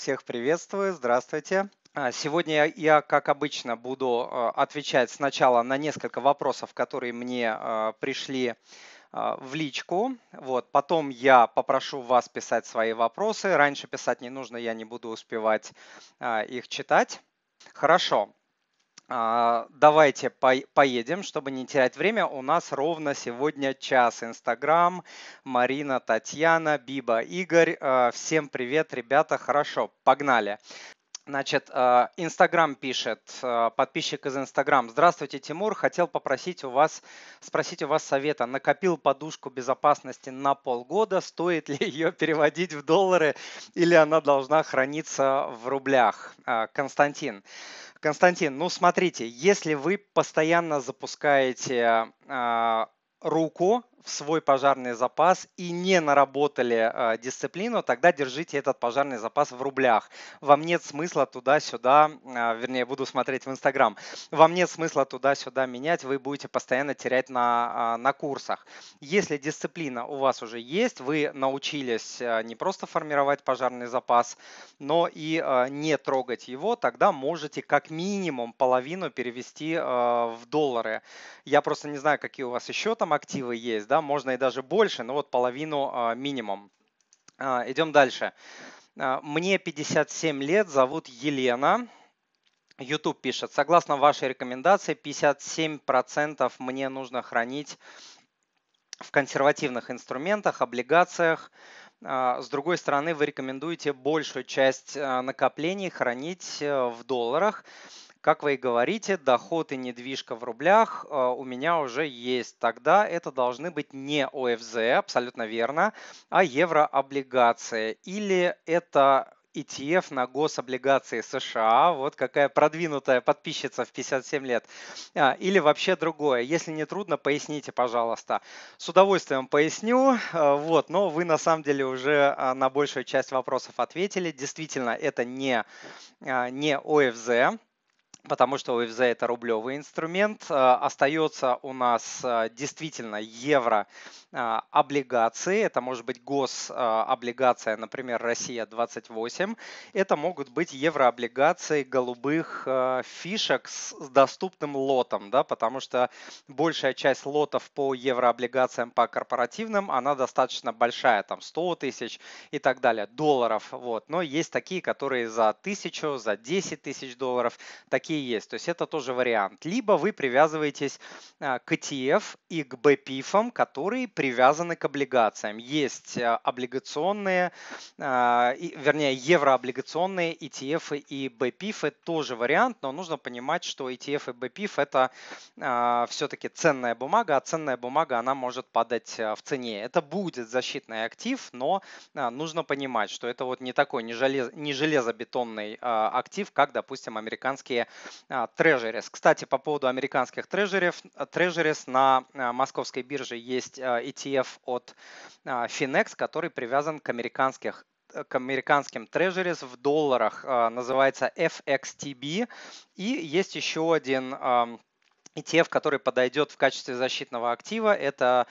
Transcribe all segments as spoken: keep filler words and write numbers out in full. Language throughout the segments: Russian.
всех приветствую, здравствуйте. А, Сегодня я, я, как обычно, буду а, отвечать сначала на несколько вопросов, которые мне а, пришли а, в личку. Вот. Потом я попрошу вас писать свои вопросы. Раньше писать не нужно, я не буду успевать а, их читать. Хорошо. А, Давайте пой- поедем, чтобы не терять время. У нас ровно сегодня час. Инстаграм, Марина, Татьяна, Биба, Игорь. А, Всем привет, ребята. Хорошо, погнали. Значит, а, Инстаграм пишет, а, подписчик из Инстаграм. Здравствуйте, Тимур. Хотел попросить у вас, спросить у вас совета. Накопил подушку безопасности на полгода. Стоит ли ее переводить в доллары или она должна храниться в рублях? А, Константин. Константин, ну смотрите, если вы постоянно запускаете а, руку в свой пожарный запас и не наработали а, дисциплину, тогда держите этот пожарный запас в рублях. Вам нет смысла туда-сюда, а, вернее, буду смотреть в Инстаграм, вам нет смысла туда-сюда менять, вы будете постоянно терять на, а, на курсах. Если дисциплина у вас уже есть, вы научились а, не просто формировать пожарный запас, но и а, не трогать его, тогда можете как минимум половину перевести а, в доллары. Я просто не знаю, какие у вас еще там активы есть, да, можно и даже больше, но вот половину а, минимум. А, Идем дальше. А, Мне пятьдесят семь лет, зовут Елена. YouTube пишет, согласно вашей рекомендации, пятьдесят семь процентов мне нужно хранить в консервативных инструментах, облигациях. А, С другой стороны, вы рекомендуете большую часть а, накоплений хранить э, в долларах. Как вы и говорите, доход и недвижка в рублях а, у меня уже есть. Тогда это должны быть не О Ф З, абсолютно верно, а еврооблигации. Или это И Т Ф на гособлигации С Ш А. Вот какая продвинутая подписчица в пятьдесят семь лет. А, Или вообще другое. Если не трудно, поясните, пожалуйста. С удовольствием поясню. а, Вот, но вы на самом деле уже а, на большую часть вопросов ответили. Действительно, это не, а, не О Ф З. Потому что О Ф З это рублевый инструмент. А, Остается у нас а, действительно евро а, облигации. Это может быть гособлигация, например, Россия двадцать восемь. Это могут быть еврооблигации голубых а, фишек с с доступным лотом, да, потому что большая часть лотов по еврооблигациям по корпоративным, она достаточно большая, там сто тысяч и так далее, долларов. Вот. Но есть такие, которые за тысячу, за десять тысяч долларов. Такие есть. То есть это тоже вариант. Либо вы привязываетесь а, к И Т Ф и к Б П И Фам, которые привязаны к облигациям. Есть а, облигационные, а, и- вернее, еврооблигационные И Т Ф и Б П И Ф тоже вариант, но нужно понимать, что И Т Ф и Б П И Ф это все-таки ценная бумага, а ценная бумага, она может падать а, в цене. Это будет защитный актив, но а, нужно понимать, что это вот не такой не, желез, не железобетонный а, актив, как, допустим, американские а, трежерис. Кстати, по поводу американских трежерис, трежерис на а, московской бирже есть а, И Т Ф от а, Finex, который привязан к американских к американским трежерис в долларах, а, называется F X T B. И есть еще один ам, И Т Ф, который подойдет в качестве защитного актива, это,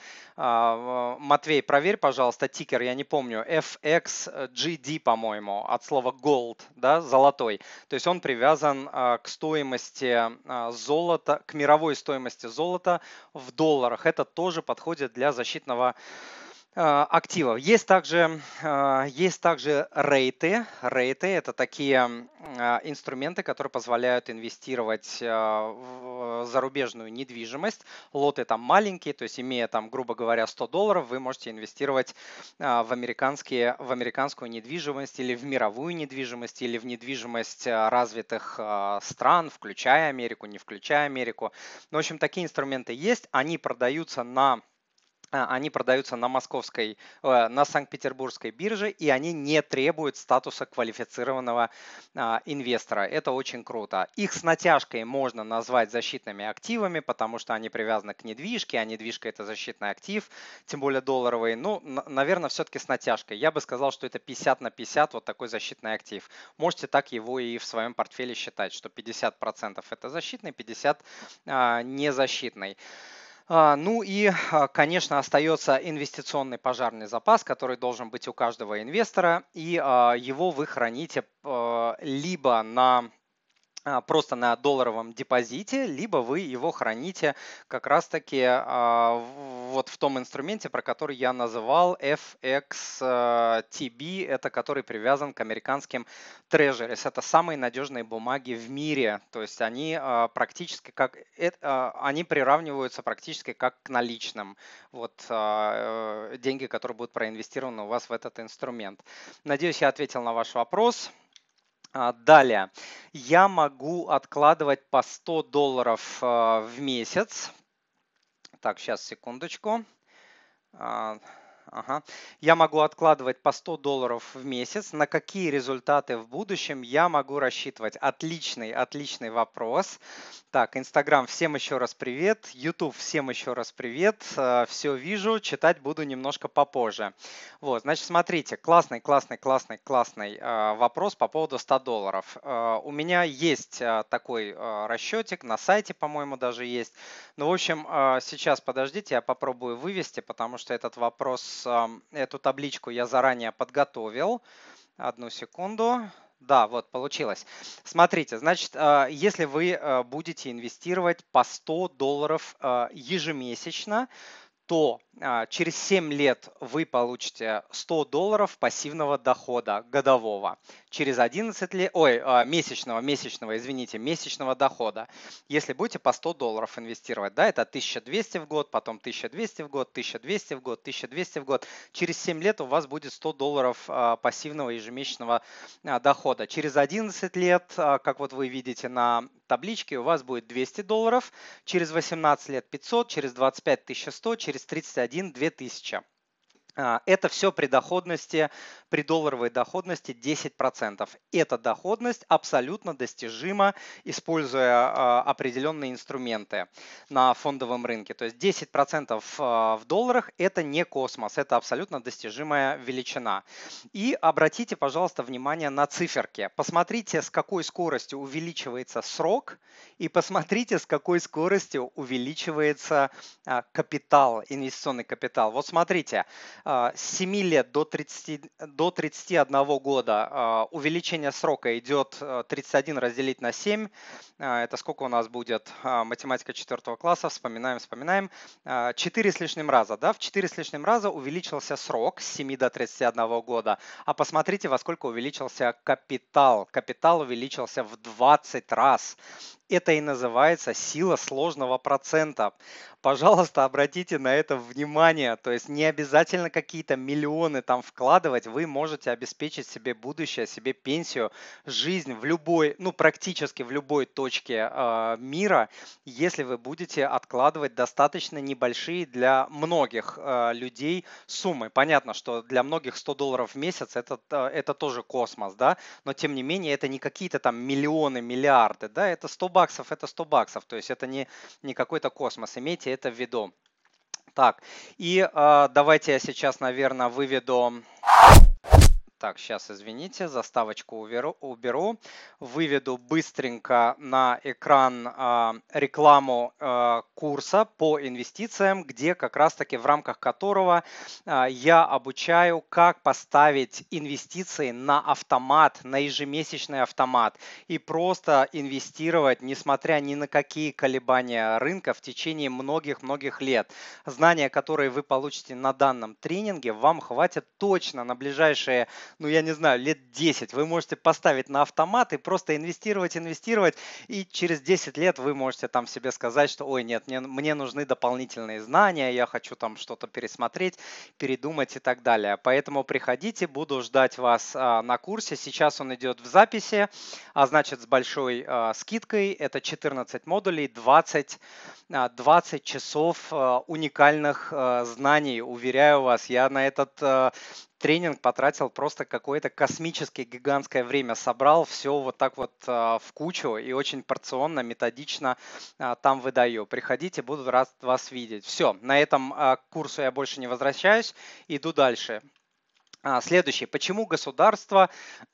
а, Матвей, проверь, пожалуйста, тикер, я не помню, F X G D, по-моему, от слова gold, да, золотой. То есть он привязан а, к стоимости а, золота, к мировой стоимости золота в долларах. Это тоже подходит для защитного а, активов. Есть также, а, есть также рейты. Рейты– это такие м, а, инструменты, которые позволяют инвестировать а, в зарубежную недвижимость. Лоты там маленькие, то есть имея там, грубо говоря, сто долларов, вы можете инвестировать а, в, американские, в американскую недвижимость или в мировую недвижимость, или в недвижимость а, развитых а, стран, включая Америку, не включая Америку. Ну, в общем, такие инструменты есть. Они продаются на а, Они продаются на московской, э, на Санкт-Петербургской бирже, и они не требуют статуса квалифицированного а, инвестора. Это очень круто. Их с натяжкой можно назвать защитными активами, потому что они привязаны к недвижке, а недвижка это защитный актив, тем более долларовый. Ну, наверное, все-таки с натяжкой. Я бы сказал, что это пятьдесят на пятьдесят, вот такой защитный актив. Можете так его и в своем портфеле считать, что пятьдесят процентов это защитный, пятьдесят процентов незащитный. А, Ну и, а, конечно, остается инвестиционный пожарный запас, который должен быть у каждого инвестора, и а, его вы храните а, либо на а, просто на долларовом депозите, либо вы его храните как раз-таки а, в- вот в том инструменте, про который я называл эф экс ти би, это который привязан к американским трежерис. Это самые надежные бумаги в мире, то есть они а, практически как, э- а, они приравниваются практически как к наличным. Вот а, э, деньги, которые будут проинвестированы у вас в этот инструмент. Надеюсь, я ответил на ваш вопрос. А, Далее, я могу откладывать по сто долларов а, в месяц. Так, сейчас, секундочку. А, Ага. Я могу откладывать по сто долларов в месяц. На какие результаты в будущем я могу рассчитывать? Отличный, отличный вопрос. Так, Инстаграм, всем еще раз привет. Ютуб, всем еще раз привет. Все вижу, читать буду немножко попозже. Вот, значит, смотрите, классный, классный, классный, классный а, вопрос по поводу ста долларов. А, У меня есть а, такой а, расчетик, на сайте, по-моему, даже есть. Ну, в общем, а, сейчас подождите, я попробую вывести, потому что этот вопрос, ам, эту табличку я заранее подготовил. Одну секунду. Да, вот получилось. Смотрите, значит, а, если вы а, будете инвестировать по сто долларов а, ежемесячно, то а, через семь лет вы получите сто долларов пассивного дохода годового. Через одиннадцать лет, ой, а, месячного, месячного, извините, месячного дохода. Если будете по сто долларов инвестировать, да, это тысяча двести в год, потом тысяча двести в год, тысяча двести в год, тысяча двести в год. Через семь лет у вас будет сто долларов а, пассивного ежемесячного а, дохода. Через одиннадцать лет, а, как вот вы видите на табличке, у вас будет двести долларов, через восемнадцать лет пятьсот, через двадцать пять тысяча сто, через тридцать один две тысячи. А, Это все при доходности, при долларовой доходности десять процентов. Эта доходность абсолютно достижима, используя а, определенные инструменты на фондовом рынке. То есть десять процентов а, в долларах– это не космос, это абсолютно достижимая величина. И обратите, пожалуйста, внимание на циферки. Посмотрите, с какой скоростью увеличивается срок, и посмотрите, с какой скоростью увеличивается а, капитал, инвестиционный капитал. Вот смотрите, а, с семи лет до тридцати, до тридцати одного года а, увеличение срока идет а, тридцать один разделить на семь. А, Это сколько у нас будет? А, Математика четвертого класса. Вспоминаем, вспоминаем. А, четыре с лишним раза. Да? В четыре с лишним раза увеличился срок с семи до тридцати одного года. А посмотрите, во сколько увеличился капитал. Капитал увеличился в двадцать раз. Это и называется сила сложного процента. Пожалуйста, обратите на это внимание. То есть не обязательно какие-то миллионы там вкладывать. Вы можете обеспечить себе будущее, себе пенсию, жизнь в любой, ну практически в любой точке э, мира, если вы будете откладывать достаточно небольшие для многих э, людей суммы. Понятно, что для многих сто долларов в месяц это, э, это тоже космос, да, но тем не менее это не какие-то там миллионы, миллиарды, да, это сто баксов, это сто баксов, то есть это не, не какой-то космос, имейте это в виду. Так, и э, давайте я сейчас, наверное, выведу. Так, сейчас, извините, заставочку уберу, уберу. Выведу быстренько на экран а, рекламу а, курса по инвестициям, где как раз-таки в рамках которого а, я обучаю, как поставить инвестиции на автомат, на ежемесячный автомат и просто инвестировать, несмотря ни на какие колебания рынка в течение многих-многих лет. Знания, которые вы получите на данном тренинге, вам хватит точно на ближайшие, ну я не знаю, лет десять. Вы можете поставить на автомат и просто инвестировать, инвестировать, и через десять лет вы можете там себе сказать, что ой, нет, мне, мне нужны дополнительные знания, я хочу там что-то пересмотреть, передумать и так далее. Поэтому приходите, буду ждать вас а, на курсе. Сейчас он идет в записи, а значит с большой а, скидкой. Это четырнадцать модулей, двадцать, а, двадцать часов а, уникальных а, знаний. Уверяю вас, я на этот а, тренинг потратил просто какое-то космическое гигантское время, собрал все вот так вот а, в кучу и очень порционно, методично а, там выдаю. Приходите, буду рад вас видеть. Все, на этом а, к курсу я больше не возвращаюсь, иду дальше. А, Следующий. Почему государство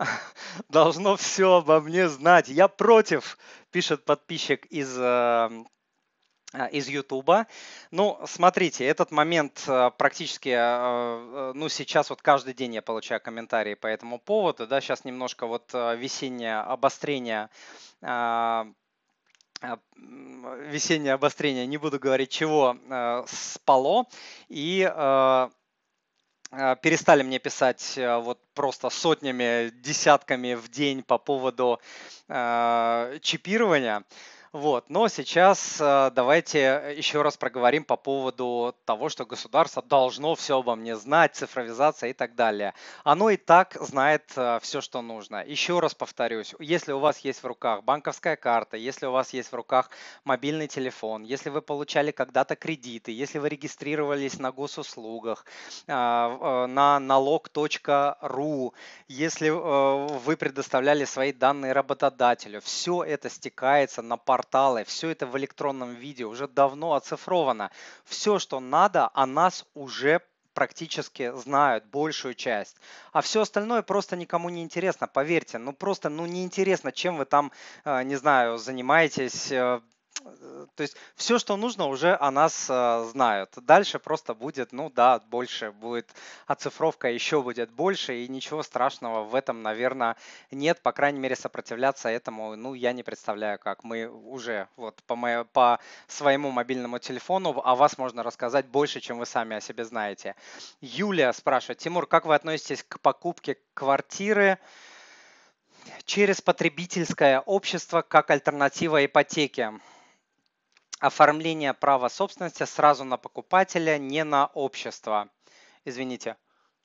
должно все обо мне знать? Я против, пишет подписчик из э, а, из Ютуба. Ну, смотрите, этот момент а, практически, а, а, ну, сейчас вот каждый день я получаю комментарии по этому поводу, да, сейчас немножко вот а, весеннее обострение, а, а, м, весеннее обострение, не буду говорить чего, а, спало, и а, а, перестали мне писать а, вот просто сотнями, десятками в день по поводу а, чипирования. Вот. Но сейчас а, давайте еще раз проговорим по поводу того, что государство должно все обо мне знать, цифровизация и так далее. Оно и так знает все, что нужно. Еще раз повторюсь, если у вас есть в руках банковская карта, если у вас есть в руках мобильный телефон, если вы получали когда-то кредиты, если вы регистрировались на госуслугах, а, э, на налог точка ру, если э, вы предоставляли свои данные работодателю, все это стекается на порталы, все это в электронном виде уже давно оцифровано. Все, что надо, о нас уже практически знают большую часть. А все остальное просто никому не интересно, поверьте. Ну просто, ну неинтересно, чем вы там, э, не знаю, занимаетесь. э, э, То есть все, что нужно, уже о нас э, знают. Дальше просто будет, ну да, больше будет оцифровка, еще будет больше, и ничего страшного в этом, наверное, нет. По крайней мере, сопротивляться этому, ну, я не представляю, как. Мы уже вот по, моей, по своему мобильному телефону о вас можно рассказать больше, чем вы сами о себе знаете. Юлия спрашивает: Тимур, как вы относитесь к покупке квартиры через потребительское общество как альтернатива ипотеке? Оформление права собственности сразу на покупателя, не на общество. Извините.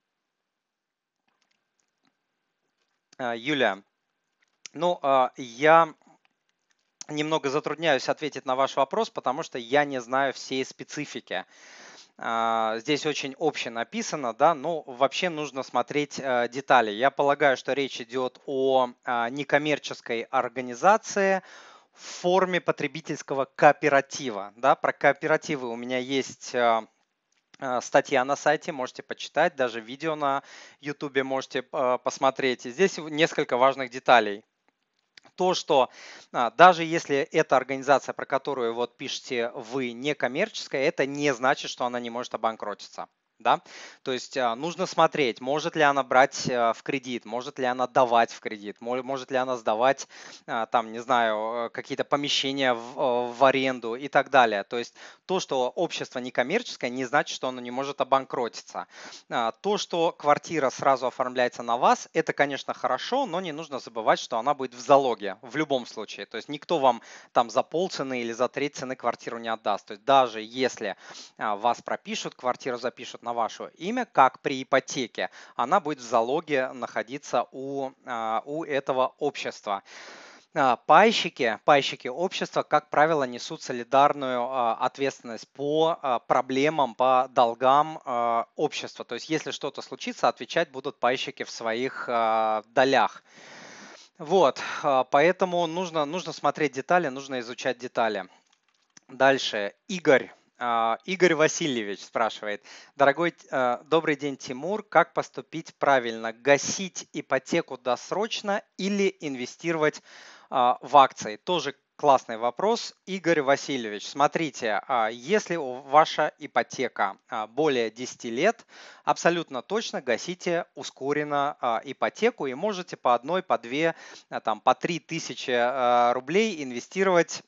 А, Юлия, ну, а, я немного затрудняюсь ответить на ваш вопрос, потому что я не знаю всей специфики. А, Здесь очень обще написано, да, но вообще нужно смотреть э, детали. Я полагаю, что речь идет о а, некоммерческой организации в форме потребительского кооператива. Да. Про кооперативы у меня есть а, а, статья на сайте, можете почитать, даже видео на ютубе можете а, посмотреть. И здесь несколько важных деталей. То, что а, даже если эта организация, про которую вот пишете вы, не коммерческая, это не значит, что она не может обанкротиться. Да? То есть а, нужно смотреть, может ли она брать а, в кредит, может ли она давать в кредит, мо- может ли она сдавать, а, там, не знаю, э, какие-то помещения в, э, в аренду и так далее. То есть то, что общество некоммерческое, не значит, что оно не может обанкротиться. А, То, что квартира сразу оформляется на вас, это, конечно, хорошо, но не нужно забывать, что она будет в залоге в любом случае. То есть никто вам там за полцены или за треть цены квартиру не отдаст. То есть даже если а, вас пропишут, квартиру запишут на ваше имя, как при ипотеке, она будет в залоге находиться у, а, у этого общества. А, Пайщики, пайщики общества, как правило, несут солидарную а, ответственность по а, проблемам, по долгам а, общества. То есть, если что-то случится, отвечать будут пайщики в своих а, долях. Вот, а, поэтому нужно, нужно смотреть детали, нужно изучать детали. Дальше. Игорь. А, Игорь Васильевич спрашивает: Дорогой, а, добрый день, Тимур. Как поступить правильно? Гасить ипотеку досрочно или инвестировать а, в акции? Тоже классный вопрос. Игорь Васильевич, смотрите, а, если у- ваша ипотека а, более десяти лет, абсолютно точно гасите ускоренно а, ипотеку и можете по одной, по две, а, там, по три тысячи а, рублей инвестировать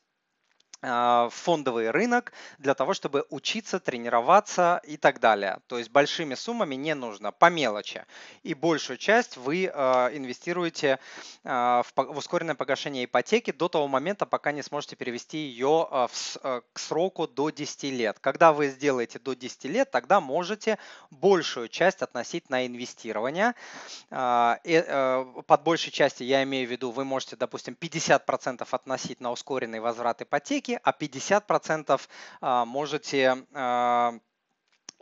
а, в фондовый рынок для того, чтобы учиться, тренироваться и так далее. То есть большими суммами не нужно, по мелочи. И большую часть вы а, инвестируете а, в по- в ускоренное погашение ипотеки до того момента, пока не сможете перевести ее а, в с- а, к сроку до десяти лет. Когда вы сделаете до десяти лет, тогда можете большую часть относить на инвестирование. А, э, э, Под большей части я имею в виду, вы можете, допустим, пятьдесят процентов относить на ускоренный возврат ипотеки, а пятьдесят процентов а, можете а,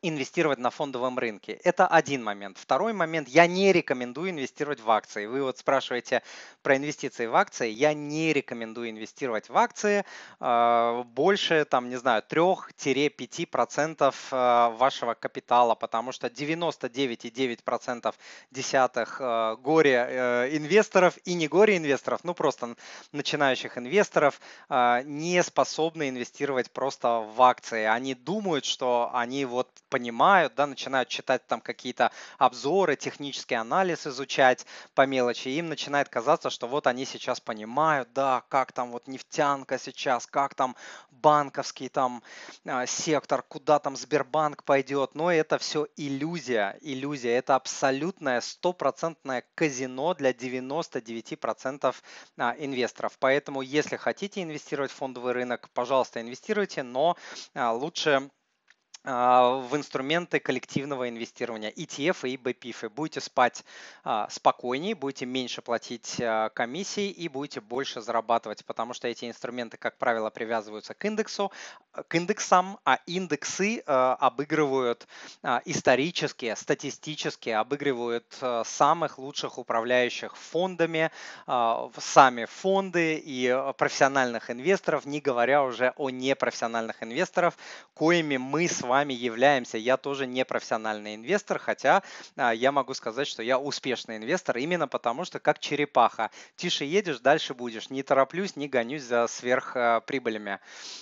инвестировать на фондовом рынке. Это один момент. Второй момент. Я не рекомендую инвестировать в акции. Вы вот спрашиваете про инвестиции в акции. Я не рекомендую инвестировать в акции э, больше, там, не знаю, три-пять процентов э, вашего капитала, потому что девяносто девять и девять десятых процента э, горе э, инвесторов и не горе инвесторов, ну просто начинающих инвесторов э, не способны инвестировать просто в акции. Они думают, что они вот понимают, да, начинают читать там какие-то обзоры, технический анализ изучать по мелочи, и им начинает казаться, что вот они сейчас понимают, да, как там вот нефтянка сейчас, как там банковский там а, сектор, куда там Сбербанк пойдет, но это все иллюзия, иллюзия, это абсолютное стопроцентное казино для девяноста девяти процентов а, инвесторов, поэтому если хотите инвестировать в фондовый рынок, пожалуйста, инвестируйте, но а, лучше а, в инструменты коллективного инвестирования, и ти эф и би пи эф. Будете спать а, спокойнее, будете меньше платить а, комиссии и будете больше зарабатывать, потому что эти инструменты, как правило, привязываются к индексу, э, к индексам, а индексы а, обыгрывают а, исторически, статистически, обыгрывают а, самых лучших управляющих фондами, а, в- сами фонды и а, профессиональных инвесторов, не говоря уже о непрофессиональных инвесторах, коими мы с вами являемся. Я тоже не профессиональный инвестор, хотя а, я могу сказать, что я успешный инвестор именно потому, что как черепаха. Тише едешь, дальше будешь. Не тороплюсь, не гонюсь за сверхприбылями.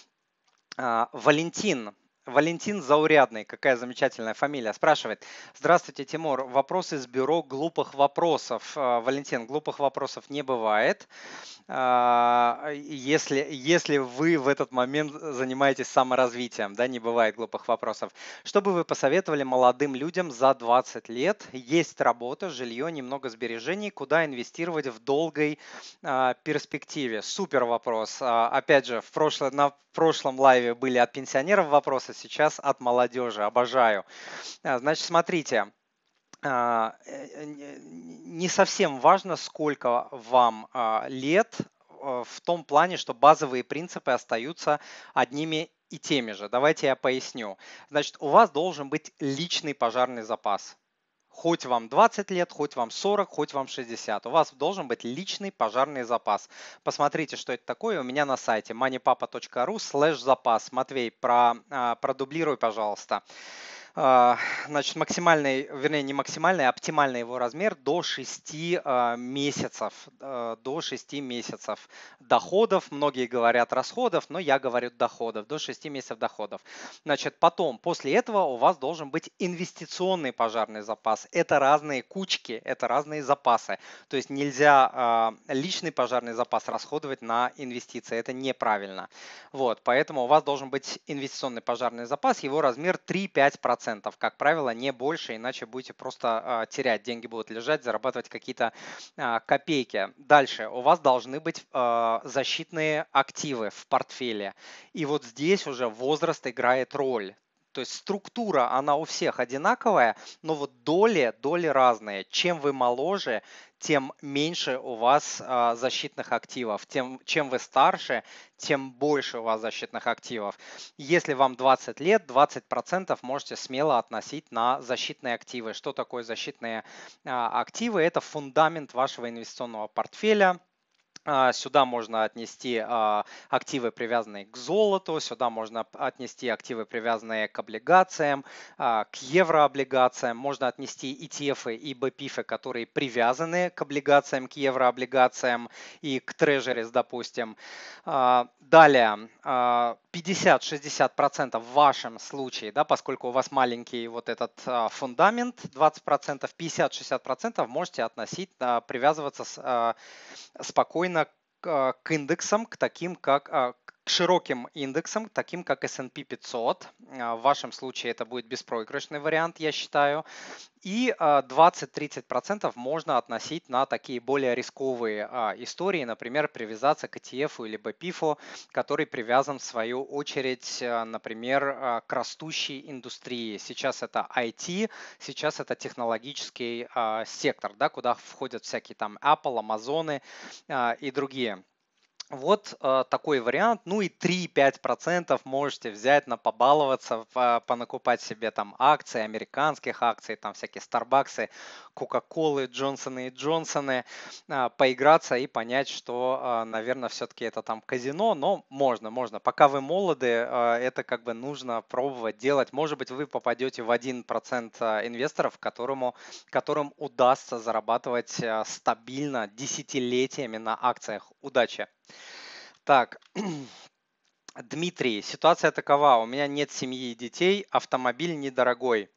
А, Валентин. Валентин Заурядный, какая замечательная фамилия, спрашивает. Здравствуйте, Тимур. Вопрос из бюро глупых вопросов. А, Валентин, глупых вопросов не бывает. А, Если, если вы в этот момент занимаетесь саморазвитием, да, не бывает глупых вопросов. Что бы вы посоветовали молодым людям за двадцать лет? Есть работа, жилье, немного сбережений, куда инвестировать в долгой а, перспективе? Супер вопрос. А, Опять же, в прошло- на прошлом лайве были от пенсионеров вопросы, сейчас от молодежи. Обожаю. А, Значит, смотрите. а, э, Не совсем важно, сколько вам а, лет, а, в том плане, что базовые принципы остаются одними и теми же. Давайте я поясню. Значит, у вас должен быть личный пожарный запас. Хоть вам двадцать лет, хоть вам сорок, хоть вам шестьдесят. У вас должен быть личный пожарный запас. Посмотрите, что это такое у меня на сайте moneypapa.ru слэш запас. Матвей, про, а, продублируй, пожалуйста. А, Значит, максимальный, вернее, не максимальный, а оптимальный его размер до шести а, месяцев. а, До шести месяцев доходов. Многие говорят расходов, но я говорю доходов. До шести месяцев доходов. Значит, потом, после этого у вас должен быть инвестиционный пожарный запас. Это разные кучки, это разные запасы. То есть нельзя а, личный пожарный запас расходовать на инвестиции. Это неправильно. Вот, поэтому у вас должен быть инвестиционный пожарный запас, его размер три-пять процентов, как правило, не больше, иначе будете просто а, терять, деньги будут лежать, зарабатывать какие-то а, копейки. Дальше, у вас должны быть а, защитные активы в портфеле, и вот здесь уже возраст играет роль. То есть структура, она у всех одинаковая, но вот доли, доли разные. Чем вы моложе, тем меньше у вас а, защитных активов. Тем, чем вы старше, тем больше у вас защитных активов. Если вам двадцать лет, двадцать процентов можете смело относить на защитные активы. Что такое защитные а, активы? Это фундамент вашего инвестиционного портфеля. А, Сюда можно отнести а, активы, привязанные к золоту, сюда можно отнести активы, привязанные к облигациям, а, к еврооблигациям, можно отнести и ти эф и би пи эф, которые привязаны к облигациям, к еврооблигациям и к трежерис, допустим. А, Далее, а, пятьдесят-шестьдесят процентов в вашем случае, да, поскольку у вас маленький вот этот а, фундамент, двадцать процентов, пятьдесят-шестьдесят процентов можете относить, а, привязываться с, а, спокойно к, к индексам, к таким как а, к широким индексам, таким как эс энд пи пятьсот. А, В вашем случае это будет беспроигрышный вариант, я считаю. И а, двадцать-тридцать процентов можно относить на такие более рисковые а, истории, например, привязаться к и ти эф или би пи эф, который привязан в свою очередь, а, например, а, к растущей индустрии. Сейчас это ай ти, сейчас это технологический а, сектор, да, куда входят всякие там Apple, Amazon а, и другие. Вот э, такой вариант. Ну и три-пять процентов можете взять на побаловаться, по- понакупать себе там акции, американских акций, там всякие Старбаксы, Кока-Колы, Джонсоны и Джонсоны, а, поиграться и понять, что, наверное, все-таки это там казино, но можно, можно. Пока вы молоды, а, это как бы нужно пробовать делать. Может быть, вы попадете в один процент а, инвесторов, которому, которым удастся зарабатывать а, стабильно десятилетиями на акциях. Удачи! Так, Дмитрий, ситуация такова. У меня нет семьи и детей, автомобиль недорогой.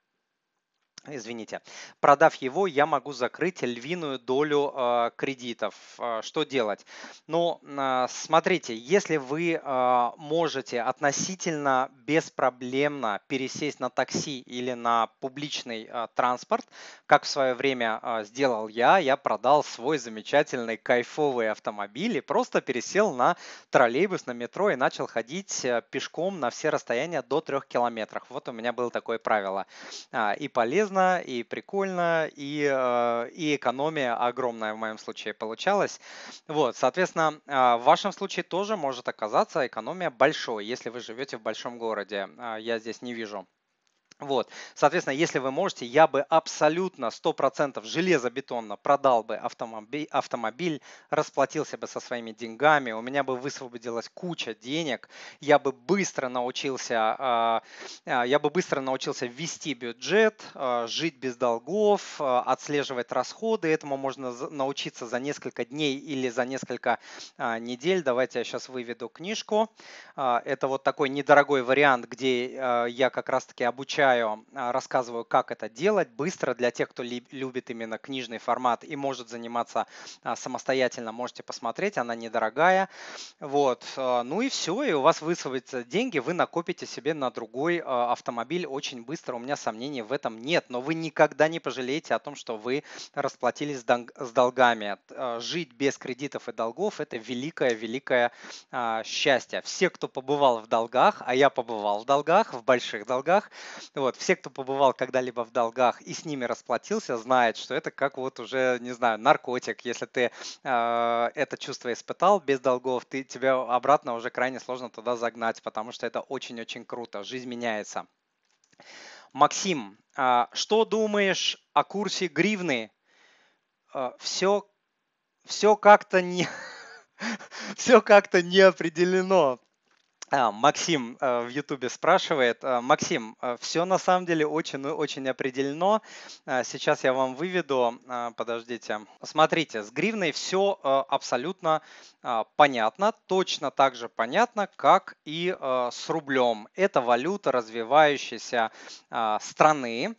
Извините. Продав его, я могу закрыть львиную долю э, кредитов. Э, Что делать? Ну, а, смотрите, если вы а, можете относительно беспроблемно пересесть на такси или на публичный а, транспорт, как в свое время а, сделал я, я продал свой замечательный кайфовый автомобиль и просто пересел на троллейбус, на метро и начал ходить э, пешком на все расстояния до трех километров. Вот у меня было такое правило. А, И полезно, и прикольно, и, э, и экономия огромная в моем случае получалась. Вот, соответственно, а, в вашем случае тоже может оказаться экономия большой, если вы живете в большом городе. А, Я здесь не вижу. Вот, соответственно, если вы можете, я бы абсолютно сто процентов железобетонно продал бы автомобиль, автомобиль, расплатился бы со своими деньгами, у меня бы высвободилась куча денег, я бы быстро научился, а, а, я бы быстро научился вести бюджет, а, жить без долгов, а, отслеживать расходы. Этому можно за- научиться за несколько дней или за несколько а, недель. Давайте я сейчас выведу книжку. А, Это вот такой недорогой вариант, где а, я как раз-таки обучаю, а, рассказываю, как это делать быстро для тех, кто ли- любит именно книжный формат и может заниматься а, самостоятельно. Можете посмотреть, она недорогая. Вот, а, ну и все, и у вас высвободятся деньги, вы накопите себе на другой а, автомобиль очень быстро. У меня сомнений в этом нет, но вы никогда не пожалеете о том, что вы расплатились с дол- с долгами. А, Жить без кредитов и долгов – это великое-великое а, счастья. Все, кто побывал в долгах, а я побывал в долгах, в больших долгах, вот, все, кто побывал когда-либо в долгах и с ними расплатился, знает, что это как вот уже, не знаю, наркотик. Если ты а, это чувство испытал без долгов, ты, тебя обратно уже крайне сложно туда загнать, потому что это очень-очень круто, жизнь меняется. Максим, а, что думаешь о курсе гривны? Все, все как-то не, все как-то не определено. А, Максим э, в Ютубе спрашивает. э, Максим, все на самом деле очень-очень определено. Э, Сейчас я вам выведу. э, Подождите. Смотрите, с гривной все абсолютно а, понятно. Точно так же понятно, как и э, с рублем. Это валюта развивающейся а, страны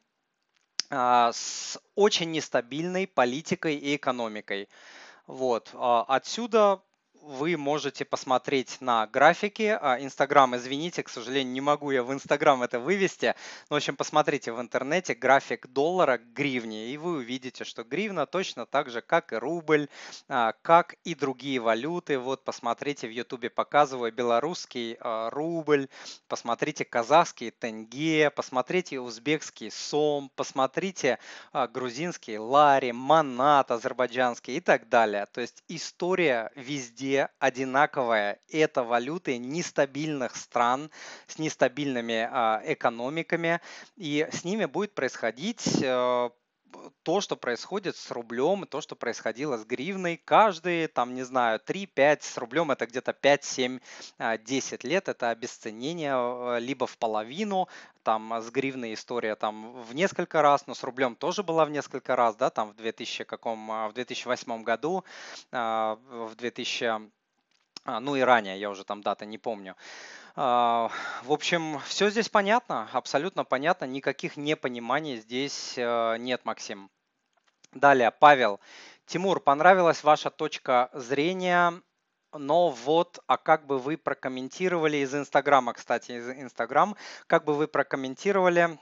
а, с очень нестабильной политикой и экономикой. Вот, а, отсюда вы можете посмотреть на графики. А, Инстаграм, извините, к сожалению, не могу я в Инстаграм это вывести. Но, в общем, посмотрите в интернете график доллара к гривне, и вы увидите, что гривна точно так же, как и рубль, а, как и другие валюты. Вот, посмотрите, в Ютубе показываю белорусский а, рубль, посмотрите казахский тенге, посмотрите узбекский сом, посмотрите а, грузинский лари, манат азербайджанский и так далее. То есть история везде одинаковая. Это валюты нестабильных стран с нестабильными а, экономиками, и с ними будет происходить э, то, что происходит с рублем, и то, что происходило с гривной. Каждые, там, не знаю, три-пять, с рублем это где-то пять-семь-десять лет, это обесценение э, либо в половину, там а с гривной история там в несколько раз, но с рублем тоже была в несколько раз, да, там в две тысячи каком, а, в две тысячи восьмом году, а, в две тысячи, а, ну и ранее, я уже там даты не помню. А, В общем, все здесь понятно, абсолютно понятно, никаких непониманий здесь э, нет, Максим. Далее, Павел. Тимур, понравилась ваша точка зрения, но вот, а как бы вы прокомментировали из Инстаграма, кстати, из Инстаграм, как бы вы прокомментировали,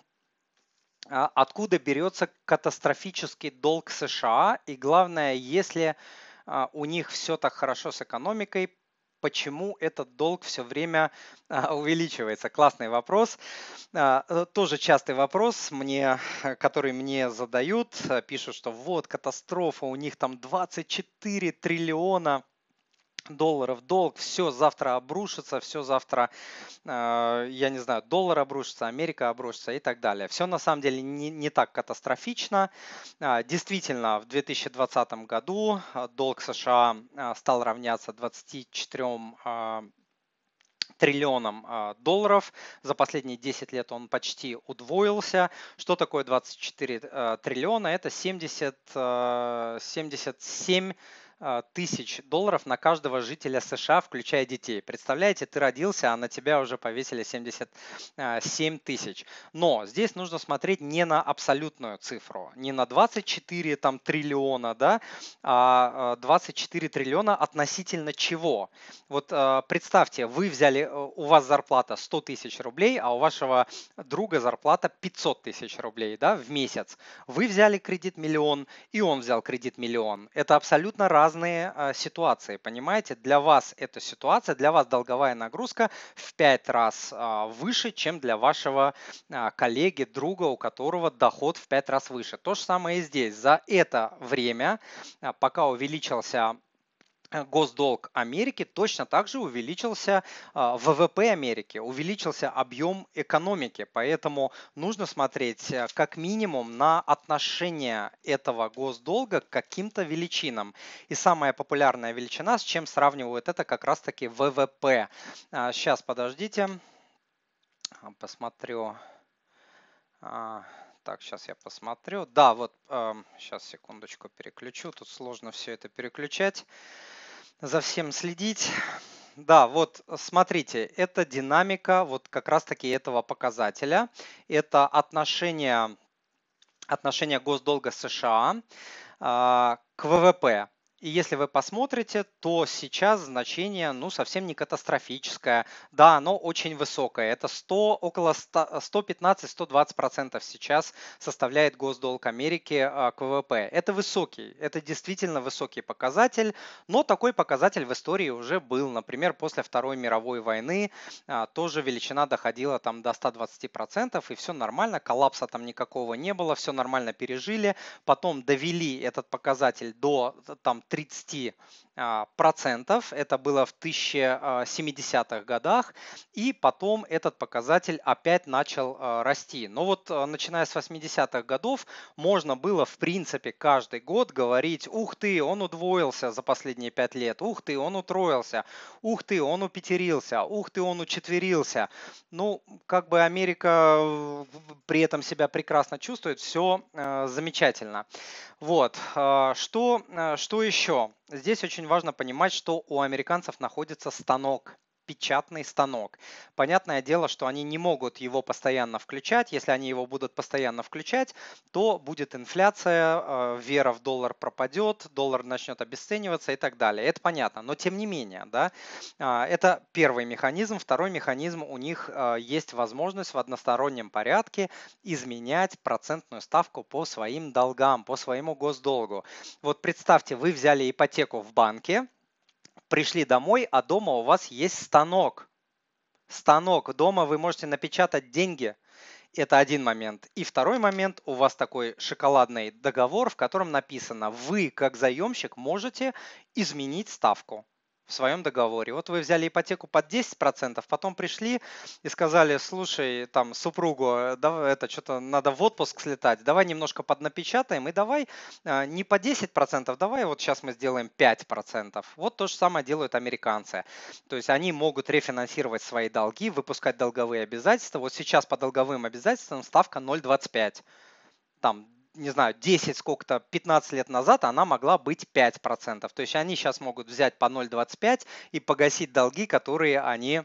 а, откуда берется катастрофический долг США, и главное, если а, у них все так хорошо с экономикой, почему этот долг все время а, увеличивается? Классный вопрос. А, э, Тоже частый вопрос, мне, который мне задают. э, Пишут, что вот катастрофа, у них там двадцать четыре триллиона долларов долг, все завтра обрушится, все завтра, э, я не знаю, доллар обрушится, Америка обрушится и так далее. Все на самом деле не, не так катастрофично. А, Действительно, в две тысячи двадцатом году а, долг США а, стал равняться двадцати четырем а, триллионам а, долларов. За последние десять лет он почти удвоился. Что такое двадцать четыре а, триллиона? Это семьдесят, а, семьдесят семь а, тысяч долларов на каждого жителя США, включая детей. Представляете, ты родился, а на тебя уже повесили семьдесят семь тысяч. Но здесь нужно смотреть не на абсолютную цифру, не на двадцать четыре там, триллиона, да, а а, двадцать четыре триллиона относительно чего? Вот э, представьте, вы взяли, э, у вас зарплата сто тысяч рублей, а у вашего друга зарплата пятьсот тысяч рублей, да, в месяц. Вы взяли кредит миллион, и он взял кредит миллион. Это абсолютно разные э, ситуации, понимаете? Для вас эта ситуация, для вас долговая нагрузка в пять раз э, выше, чем для вашего э, коллеги, друга, у которого доход в пять раз выше. То же самое и здесь. За это время, э, пока увеличился э, госдолг Америки, точно так же увеличился а, вэ вэ пэ Америки, увеличился объем экономики. Поэтому нужно смотреть э, как минимум на отношение этого госдолга к каким-то величинам. И самая популярная величина, с чем сравнивают это, как раз-таки вэ вэ пэ. А, Сейчас, подождите, а, посмотрю. А, Так, сейчас я посмотрю. Да, вот сейчас секундочку переключу. Тут сложно все это переключать, за всем следить. Да, вот э, смотрите, это динамика вот как раз-таки этого показателя. Это отношение, отношение госдолга США а, к вэ вэ пэ. И если вы посмотрите, то сейчас значение ну, совсем не катастрофическое. Да, оно очень высокое. Это сто, около сто пятнадцать - сто двадцать процентов сейчас составляет госдолг Америки а, к вэ вэ пэ. Это высокий, это действительно высокий показатель, но такой показатель в истории уже был. Например, после Второй мировой войны а, тоже величина доходила там до ста двадцати процентов, и все нормально, коллапса там никакого не было, все нормально пережили. Потом довели этот показатель до там тридцати а, процентов, это было в тысяча семидесятых годах, и потом этот показатель опять начал а, расти. Но вот а, начиная с восьмидесятых годов можно было в принципе каждый год говорить: ух ты, он удвоился за последние пять лет, ух ты, он утроился, ух ты, он упятерился, ух ты, он учетверился. Ну, как бы Америка э, при этом себя прекрасно чувствует, все замечательно. Вот, а, что, а, что еще? Здесь очень важно понимать, что у американцев находится станок, печатный станок. Понятное дело, что они не могут его постоянно включать. Если они его будут постоянно включать, то будет инфляция, а, вера в доллар пропадет, доллар начнет обесцениваться и так далее. Это понятно, но тем не менее, да, а, это первый механизм. Второй механизм, у них а, есть возможность в одностороннем порядке изменять процентную ставку по своим долгам, по своему госдолгу. Вот представьте, вы взяли ипотеку в банке, пришли домой, а дома у вас есть станок. Станок. Дома вы можете напечатать деньги. Это один момент. И второй момент, у вас такой шоколадный договор, в котором написано: вы как заемщик можете изменить ставку в своем договоре. Вот вы взяли ипотеку под десять процентов, потом пришли и сказали: слушай, там, супругу, да, это что-то надо в отпуск слетать, давай немножко поднапечатаем и давай а, не по десять процентов, давай вот сейчас мы сделаем пять процентов. Вот то же самое делают американцы. То есть они могут рефинансировать свои долги, выпускать долговые обязательства. Вот сейчас по долговым обязательствам ставка ноль целых двадцать пять. Там, не знаю, десять, сколько-то, пятнадцать лет назад она могла быть пять процентов. То есть они сейчас могут взять по ноль целых двадцать пять и погасить долги, которые они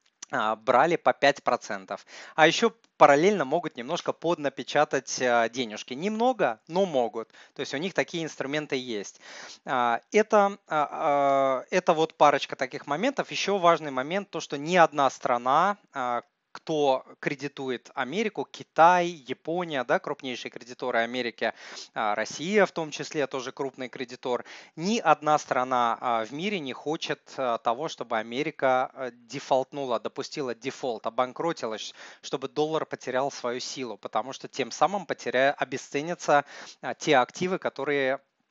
а, брали по пять процентов. А еще параллельно могут немножко поднапечатать а, денежки. Немного, но могут. То есть у них такие инструменты есть. А, Это, а, а, это вот парочка таких моментов. Еще важный момент, то, что ни одна страна, а, кто кредитует Америку, Китай, Япония, да, крупнейшие кредиторы Америки, а, Россия в том числе тоже крупный кредитор, ни одна страна а, в мире не хочет а, того, чтобы Америка а, дефолтнула, допустила дефолт, обанкротилась, чтобы доллар потерял свою силу, потому что тем самым потеряя, обесценятся а, те активы, которые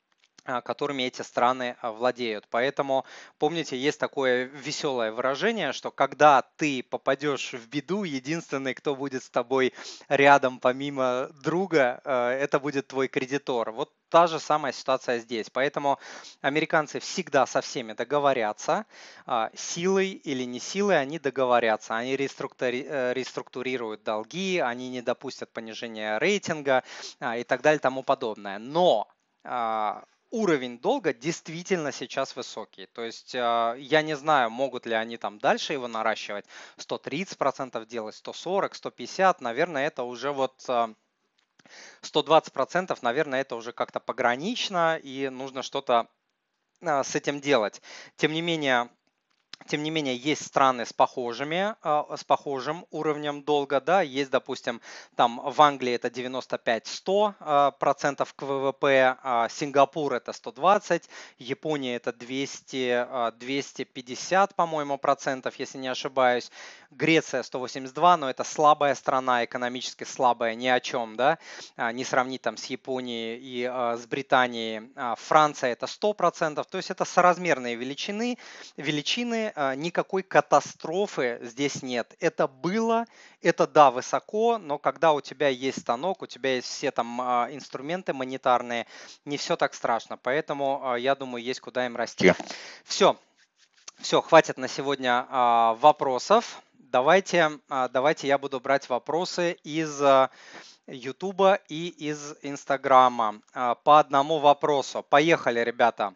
которыми эти страны владеют. Поэтому, помните, есть такое веселое выражение, что когда ты попадешь в беду, единственный, кто будет с тобой рядом помимо друга, это будет твой кредитор. Вот та же самая ситуация здесь. Поэтому американцы всегда со всеми договорятся, силой или не силой они договорятся. Они реструктури- реструктурируют долги, они не допустят понижения рейтинга и так далее и тому подобное. Но уровень долга действительно сейчас высокий. То есть я не знаю, могут ли они там дальше его наращивать, сто тридцать процентов делать, сто сорок, сто пятьдесят, наверное, это уже вот сто двадцать процентов, наверное, это уже как-то погранично, и нужно что-то с этим делать. Тем не менее, Тем не менее, есть страны с похожими, с похожим уровнем долга, да, есть, допустим, там в Англии это девяносто пять - сто процентов к ВВП, Сингапур это сто двадцать, Япония это двести - двести пятьдесят, по-моему, процентов, если не ошибаюсь, Греция сто восемьдесят два, но это слабая страна, экономически слабая, ни о чем, да, не сравнить там с Японией и с Британией, Франция это сто процентов, то есть это соразмерные величины, величины, никакой катастрофы здесь нет. Это было, это да, высоко, но когда у тебя есть станок, у тебя есть все там инструменты монетарные, не все так страшно. Поэтому я думаю, есть куда им расти. Все, все, хватит на сегодня вопросов. Давайте, давайте я буду брать вопросы из Ютуба и из Инстаграма по одному вопросу. Поехали, ребята.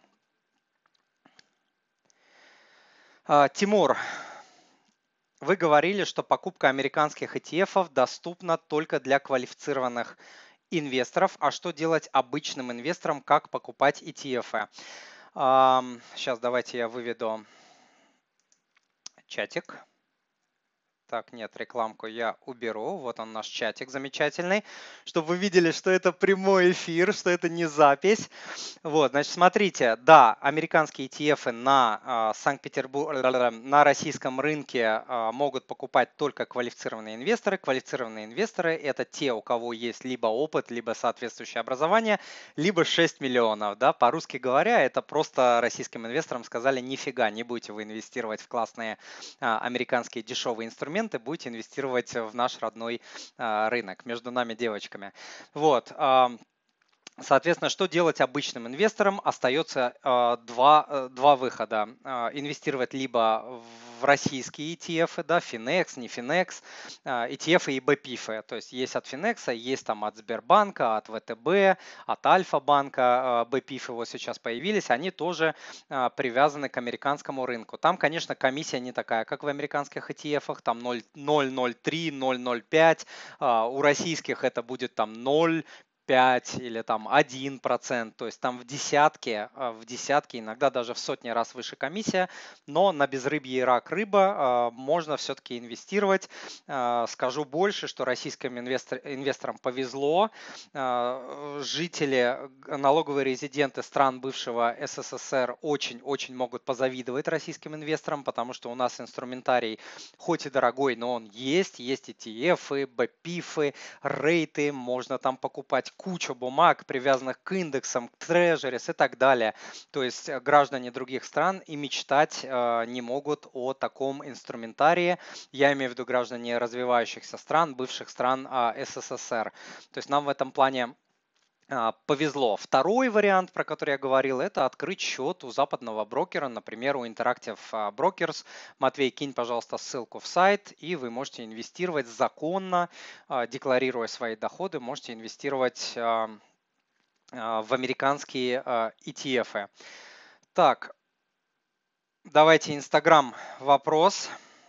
Тимур, вы говорили, что покупка американских и ти эф-ов доступна только для квалифицированных инвесторов. А что делать обычным инвесторам, как покупать и ти эф-ы? Сейчас давайте я выведу чатик. Так, нет, рекламку я уберу. Вот он наш чатик замечательный, чтобы вы видели, что это прямой эфир, что это не запись. Вот, значит, смотрите, да, американские и ти эф-ы на Санкт-Петербург, на российском рынке могут покупать только квалифицированные инвесторы. Квалифицированные инвесторы – это те, у кого есть либо опыт, либо соответствующее образование, либо шесть миллионов. Да? По-русски говоря, это просто российским инвесторам сказали: нифига, не будете вы инвестировать в классные американские дешевые инструменты, будете инвестировать в наш родной рынок, между нами девочками. Вот. Соответственно, что делать обычным инвесторам? Остается э, два, два выхода. Э, инвестировать либо в российские и ти эф-ы, да, Finex, не Finex, э, и ти эф-ы и би пи эф-ы. То есть есть от Finex, есть там от Сбербанка, от вэ тэ бэ, от Альфа-банка, э, би пи эф-ы вот сейчас появились. Они тоже э, привязаны к американскому рынку. Там, конечно, комиссия не такая, как в американских и ти эф-ах, там ноль целых ноль три - ноль целых ноль пять. Э, у российских это будет там ноль пять или там один процент, то есть там в десятке, в десятке, иногда даже в сотни раз выше комиссия, но на безрыбье и рак рыба можно все-таки инвестировать. Скажу больше, что российским инвестор, инвесторам повезло. Жители, налоговые резиденты стран бывшего эс эс эс эр очень-очень могут позавидовать российским инвесторам, потому что у нас инструментарий хоть и дорогой, но он есть, есть и ти эф-ы, би пи эф-ы, рейты, можно там покупать кучу бумаг, привязанных к индексам, к трежерис и так далее. То есть граждане других стран и мечтать э, не могут о таком инструментарии. Я имею в виду граждане развивающихся стран, бывших стран э, эс эс эс эр. То есть нам в этом плане повезло. Второй вариант, про который я говорил, это открыть счет у западного брокера, например, у Interactive Brokers. Матвей, кинь, пожалуйста, ссылку в сайт, и вы можете инвестировать законно, декларируя свои доходы, можете инвестировать в американские и ти эф-ы. Так, давайте Инстаграм вопрос.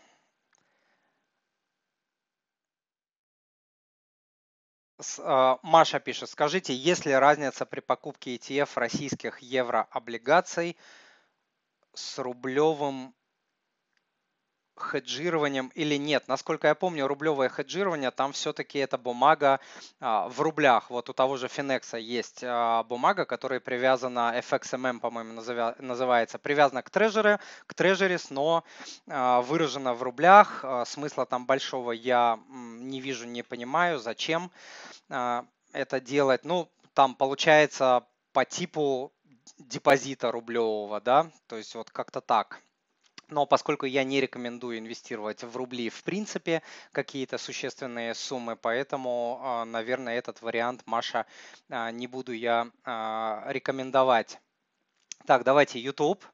Маша пишет: скажите, есть ли разница при покупке и ти эф российских еврооблигаций с рублевым хеджированием или нет? Насколько я помню, рублевое хеджирование, там все-таки это бумага а, в рублях. Вот у того же Finex есть а, бумага, которая привязана, эф экс эм эм, по-моему, назывя, называется, привязана к трежере, к трежерис, но а, выражена в рублях. А, смысла там большого я м, не вижу, не понимаю, зачем а, это делать. Ну, там получается по типу депозита рублевого, да, то есть вот как-то так. Но поскольку я не рекомендую инвестировать в рубли в принципе какие-то существенные суммы, поэтому, а, наверное, этот вариант, Маша, а, не буду я а, рекомендовать. Так, давайте YouTube.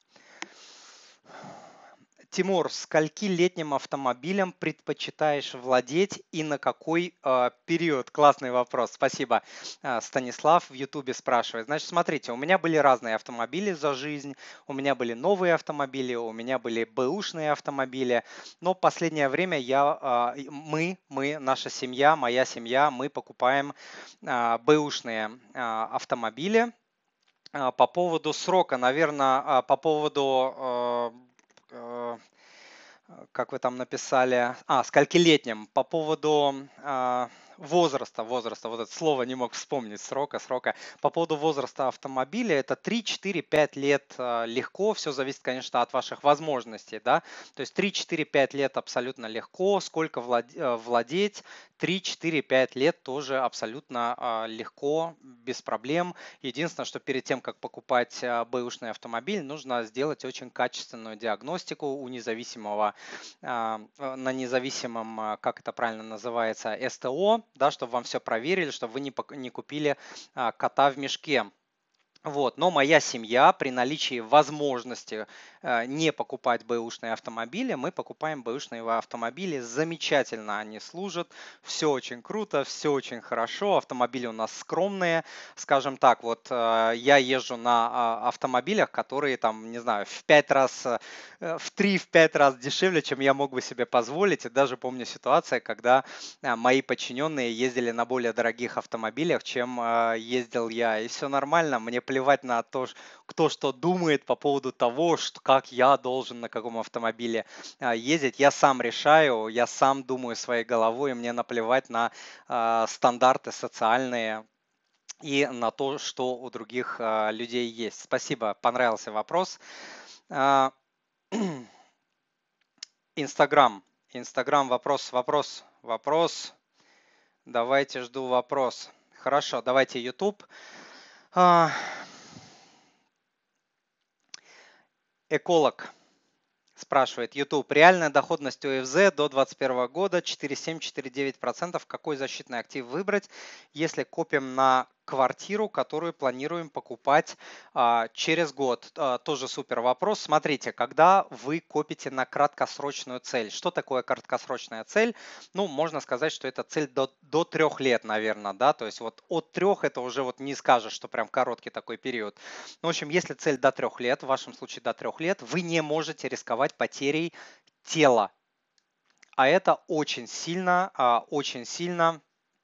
Тимур, скольки летним автомобилем предпочитаешь владеть и на какой э, период? Классный вопрос, спасибо. А, Станислав в Ютубе спрашивает. Значит, смотрите, у меня были разные автомобили за жизнь, у меня были новые автомобили, у меня были бэушные автомобили, но последнее время я, а, и мы, мы, наша семья, моя семья, мы покупаем а, бэушные а, автомобили. А, По поводу срока, наверное, по поводу э, э, э, как вы там написали, а, сколькилетним, по поводу а, возраста, возраста, вот это слово не мог вспомнить, срока, срока. По поводу возраста автомобиля, это три, четыре, пять лет а, легко, все зависит, конечно, от ваших возможностей, да, то есть три, четыре, пять лет абсолютно легко, сколько влад- э, владеть, три, четыре, пять лет тоже абсолютно а, легко, без проблем. Единственное, что перед тем, как покупать а, бэушный автомобиль, нужно сделать очень качественную диагностику у независимого а, э, на независимом, а, как это правильно называется, СТО, да, чтобы вам все проверили, чтобы вы не, пок- не купили а, кота в мешке. Вот. Но моя семья при наличии возможности э, не покупать бэушные автомобили, мы покупаем бэушные автомобили. Замечательно они служат, все очень круто, все очень хорошо. Автомобили у нас скромные, скажем так. Вот э, я езжу на а, автомобилях, которые там, не знаю, в пять раз, э, в три-пять раз дешевле, чем я мог бы себе позволить. И даже помню ситуацию, когда а, мои подчиненные ездили на более дорогих автомобилях, чем а, ездил я. И все нормально, мне плевать на то, ш- кто что думает по поводу того, что, как я должен на каком автомобиле а, ездить. Я сам решаю, я сам думаю своей головой, и мне наплевать на а, стандарты социальные и на то, что у других а, людей есть. Спасибо, понравился вопрос. А, Инстаграм. Инстаграм, вопрос, вопрос, вопрос. Давайте жду вопрос. Хорошо, давайте YouTube. А, Эколог спрашивает. YouTube. Реальная доходность ОФЗ до двадцать первого года четыре целых семь - четыре целых девять десятых процентов. Какой защитный актив выбрать, если копим на квартиру, которую планируем покупать а, через год? А, тоже супер вопрос. Смотрите, когда вы копите на краткосрочную цель, что такое краткосрочная цель? Ну, можно сказать, что это цель до, до трех лет, наверное, да, то есть вот от трех это уже вот не скажешь, что прям короткий такой период. Ну, в общем, если цель до трех лет, в вашем случае до трех лет, вы не можете рисковать потерей тела. А это очень сильно, а, очень сильно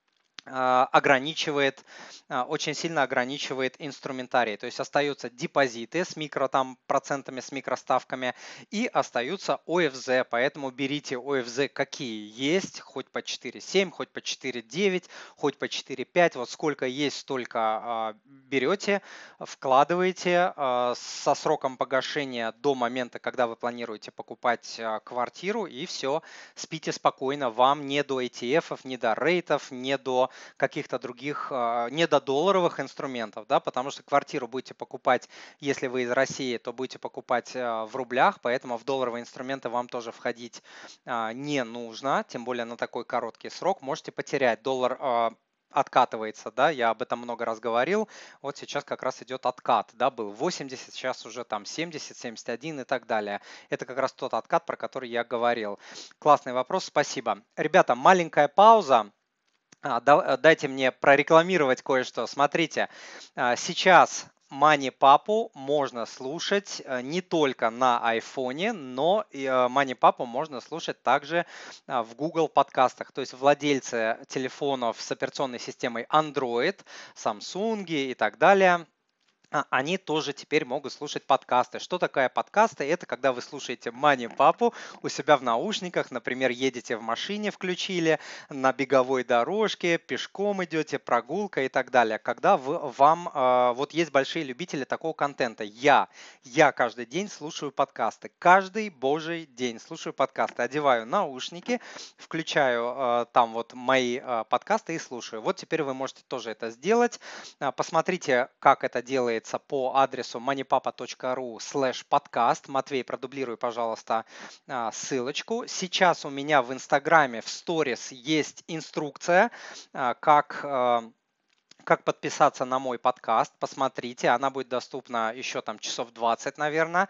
а, ограничивает, а, очень сильно ограничивает инструментарий. То есть остаются депозиты с микро там, процентами, с микроставками и остаются ОФЗ. Поэтому берите ОФЗ какие есть, хоть по четыре целых семь, хоть по четыре целых девять, хоть по четыре целых пять. Вот сколько есть, столько а, берете, вкладываете а, со сроком погашения до момента, когда вы планируете покупать а, квартиру, и все, спите спокойно. Вам не до и ти эф, не до рейтов, не до каких-то других а, недодолларовых инструментов, да, потому что квартиру будете покупать, если вы из России, то будете покупать а, в рублях, поэтому в долларовые инструменты вам тоже входить а, не нужно, тем более на такой короткий срок, можете потерять. Доллар а, откатывается, да, я об этом много раз говорил, вот сейчас как раз идет откат, да, был восемьдесят, сейчас уже там семьдесят, семьдесят один и так далее. Это как раз тот откат, про который я говорил. Классный вопрос, спасибо. Ребята, маленькая пауза. А, да- Дайте мне прорекламировать кое-что. Смотрите, а, сейчас Мани Папу можно слушать э, не только на айфоне, но и э, Мани Папу можно слушать также а, в Google подкастах. То есть владельцы телефонов с операционной системой Android, Samsung и так далее, а, они тоже теперь могут слушать подкасты. Что такое подкасты? Это когда вы слушаете Мани Папу у себя в наушниках, например, едете в машине, включили, на беговой дорожке, пешком идете, прогулка и так далее. Когда вы, вам, э, вот есть большие любители такого контента. Я, я каждый день слушаю подкасты. Каждый божий день слушаю подкасты. Одеваю наушники, включаю э, там вот мои э, подкасты и слушаю. Вот теперь вы можете тоже это сделать. А, Посмотрите, как это делается делается по адресу moneypapa.ru слэш подкаст. Матвей, продублируй, пожалуйста, а, ссылочку. Сейчас у меня в Инстаграме в сторис есть инструкция, а, как... а, как подписаться на мой подкаст, посмотрите, она будет доступна еще там часов двадцать, наверное.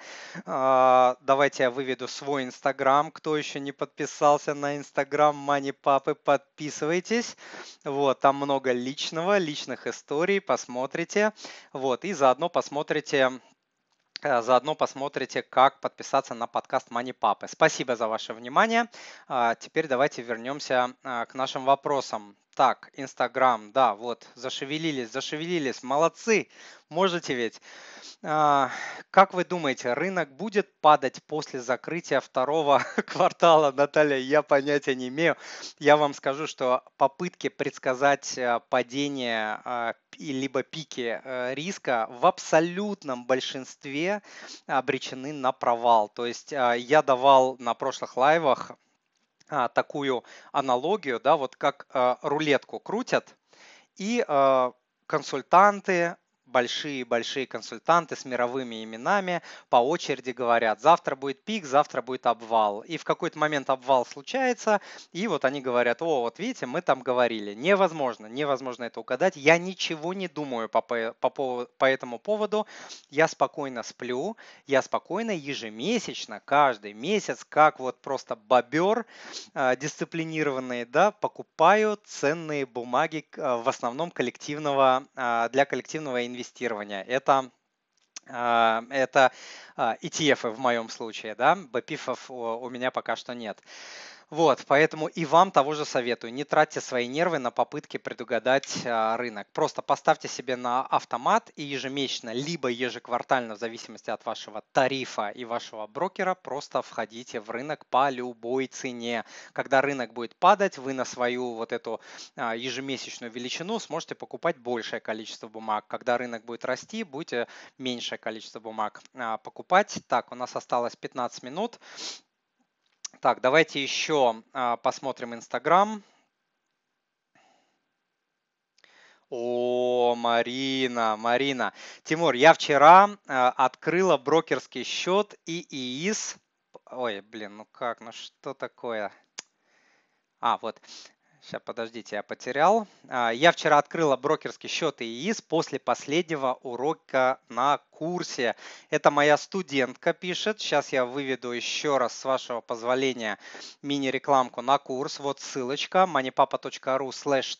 А, Давайте я выведу свой Инстаграм. Кто еще не подписался на Инстаграм Мани Папы, подписывайтесь. Вот, там много личного, личных историй, посмотрите. Вот, и заодно посмотрите э, Заодно посмотрите, как подписаться на подкаст Мани Папы. Спасибо за ваше внимание. А, Теперь давайте вернемся а, к нашим вопросам. Так, Инстаграм, да, вот, зашевелились, зашевелились, молодцы, можете ведь. А, Как вы думаете, рынок будет падать после закрытия второго квартала? Наталья, я понятия не имею. Я вам скажу, что попытки предсказать а, падение а, и либо пики э, риска в абсолютном большинстве обречены на провал. То есть а, я давал на прошлых лайвах а, такую аналогию, да, вот как а, рулетку крутят, и а, консультанты, большие-большие консультанты с мировыми именами по очереди говорят, завтра будет пик, завтра будет обвал. И в какой-то момент обвал случается, и вот они говорят, о, вот видите, мы там говорили. Невозможно, невозможно это угадать. Я ничего не думаю по, по, по, поводу- по этому поводу. Я спокойно сплю, я спокойно ежемесячно, каждый месяц, как вот просто бобер, а, дисциплинированные, да, покупаю ценные бумаги а, в основном коллективного, а, для коллективного инвестирования. Это а, это а, и ти эф в моем случае, да, би пи эф у у меня пока что нет. Вот, поэтому и вам того же советую. Не тратьте свои нервы на попытки предугадать а, рынок. Просто поставьте себе на автомат и ежемесячно, либо ежеквартально, в зависимости от вашего тарифа и вашего брокера, просто входите в рынок по любой цене. Когда рынок будет падать, вы на свою вот эту а, ежемесячную величину сможете покупать большее количество бумаг. Когда рынок будет расти, будете меньшее количество бумаг а, покупать. Так, у нас осталось пятнадцать минут. Так, давайте еще а, посмотрим Инстаграм. О, Марина, Марина. Тимур, я вчера а, открыла брокерский счет и и и эс. Ой, блин, ну как, ну что такое? А, вот. Сейчас, подождите, я потерял. А, Я вчера открыла брокерский счет и и эс после последнего урока на курсе. Это моя студентка пишет. Сейчас я выведу еще раз, с вашего позволения, мини-рекламку на курс. Вот ссылочка moneypapa.ru слэш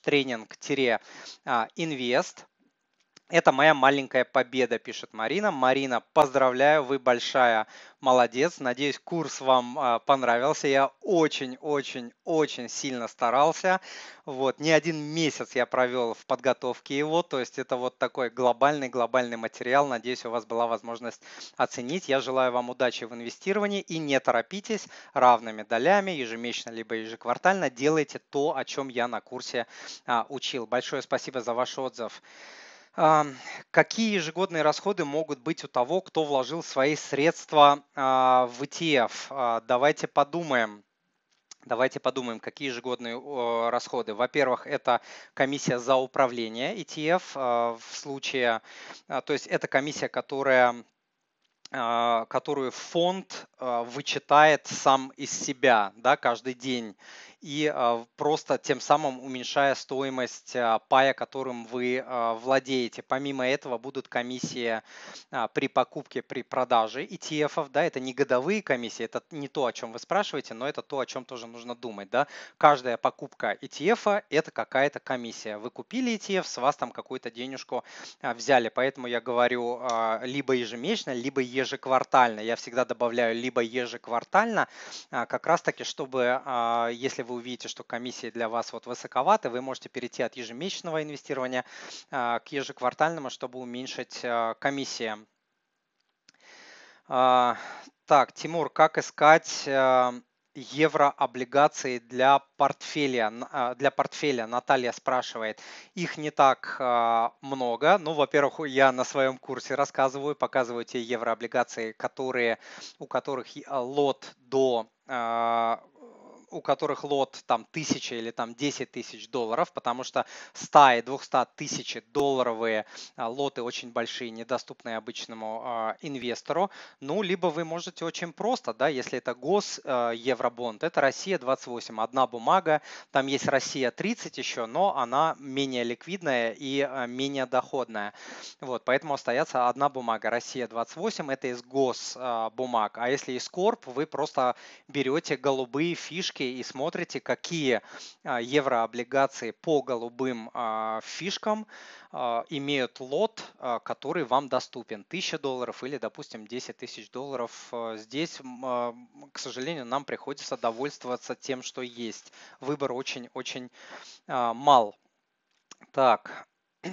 тренинг-инвест. Это моя маленькая победа, пишет Марина. Марина, поздравляю, вы большая молодец. Надеюсь, курс вам а, понравился. Я очень-очень-очень сильно старался. Вот, не один месяц я провел в подготовке его. То есть это вот такой глобальный-глобальный материал. Надеюсь, у вас была возможность оценить. Я желаю вам удачи в инвестировании и не торопитесь, равными долями, ежемесячно либо ежеквартально делайте то, о чем я на курсе а, учил. Большое спасибо за ваш отзыв. А, Какие ежегодные расходы могут быть у того, кто вложил свои средства а, в и ти эф? А, Давайте подумаем. Давайте подумаем, какие ежегодные о, расходы. Во-первых, это комиссия за управление и ти эф. а, В случае, а, то есть это комиссия, которая а, которую фонд а, вычитает сам из себя, да, каждый день, и а, просто тем самым уменьшая стоимость а, пая, которым вы а, владеете. Помимо этого будут комиссии а, при покупке, при продаже и ти эф, да, это не годовые комиссии, это не то, о чем вы спрашиваете, но это то, о чем тоже нужно думать, да. Каждая покупка и ти эф это какая-то комиссия. Вы купили и ти эф, с вас там какую-то денежку а, взяли, поэтому я говорю а, либо ежемесячно, либо ежеквартально. Я всегда добавляю либо ежеквартально, а, как раз таки, чтобы, а, если вы увидите, что комиссии для вас вот высоковаты, вы можете перейти от ежемесячного инвестирования а, к ежеквартальному, чтобы уменьшить а, комиссии. А, Так, Тимур, как искать а, еврооблигации для портфеля? Н- а, Для портфеля Наталья спрашивает. Их не так а, много. Ну, во-первых, я на своем курсе рассказываю, показываю те еврооблигации, которые, у которых и- а, лот до а, у которых лот там тысяча или там десять тысяч долларов, потому что сто и двести тысяч долларовые а, лоты очень большие, недоступные обычному а, инвестору. Ну, либо вы можете очень просто, да, если это гос а, евробонд, это Россия двадцать восемь, одна бумага, там есть Россия тридцать еще, но она менее ликвидная и а, менее доходная. Вот, поэтому остается одна бумага, Россия двадцать восемь, это из гос а, бумаг, а если из корп, вы просто берете голубые фишки и смотрите, какие а, еврооблигации по голубым а, фишкам а, имеют лот, а, который вам доступен, тысяча долларов или, допустим, десять тысяч долларов. А, Здесь, м, а, к сожалению, нам приходится довольствоваться тем, что есть. Выбор очень-очень а, мал. Так,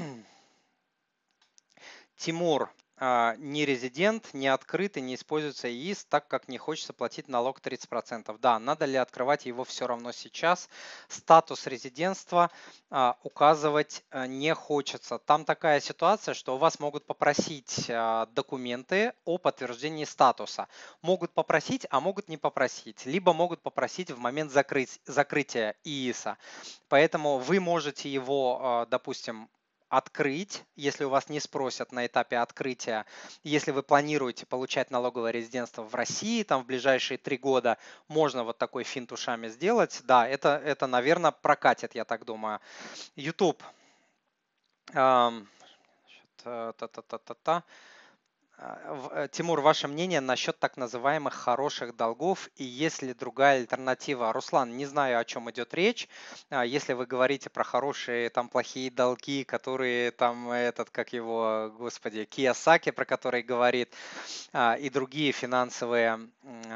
Тимур, а, не резидент, не открытый, не используется ИИС, так как не хочется платить налог тридцать процентов. Да, надо ли открывать его все равно сейчас? Статус резидентства а, указывать а, не хочется. Там такая ситуация, что у вас могут попросить а, документы о подтверждении статуса. Могут попросить, а могут не попросить. Либо могут попросить в момент закрыть, закрытия ИИСа. Поэтому вы можете его, а, допустим, открыть, если у вас не спросят на этапе открытия. Если вы планируете получать налоговое резидентство в России там в ближайшие три года, можно вот такой финт ушами сделать. Да, это, это наверное, прокатит, я так думаю. YouTube. Ам, щас, та-та-та-та-та. А, в- э, Тимур, ваше мнение насчет так называемых хороших долгов и есть ли другая альтернатива? Руслан, не знаю, о чем идет речь. А, Если вы говорите про хорошие, там, плохие долги, которые там этот, как его, господи, Киясаки, про который говорит, а, и другие финансовые м,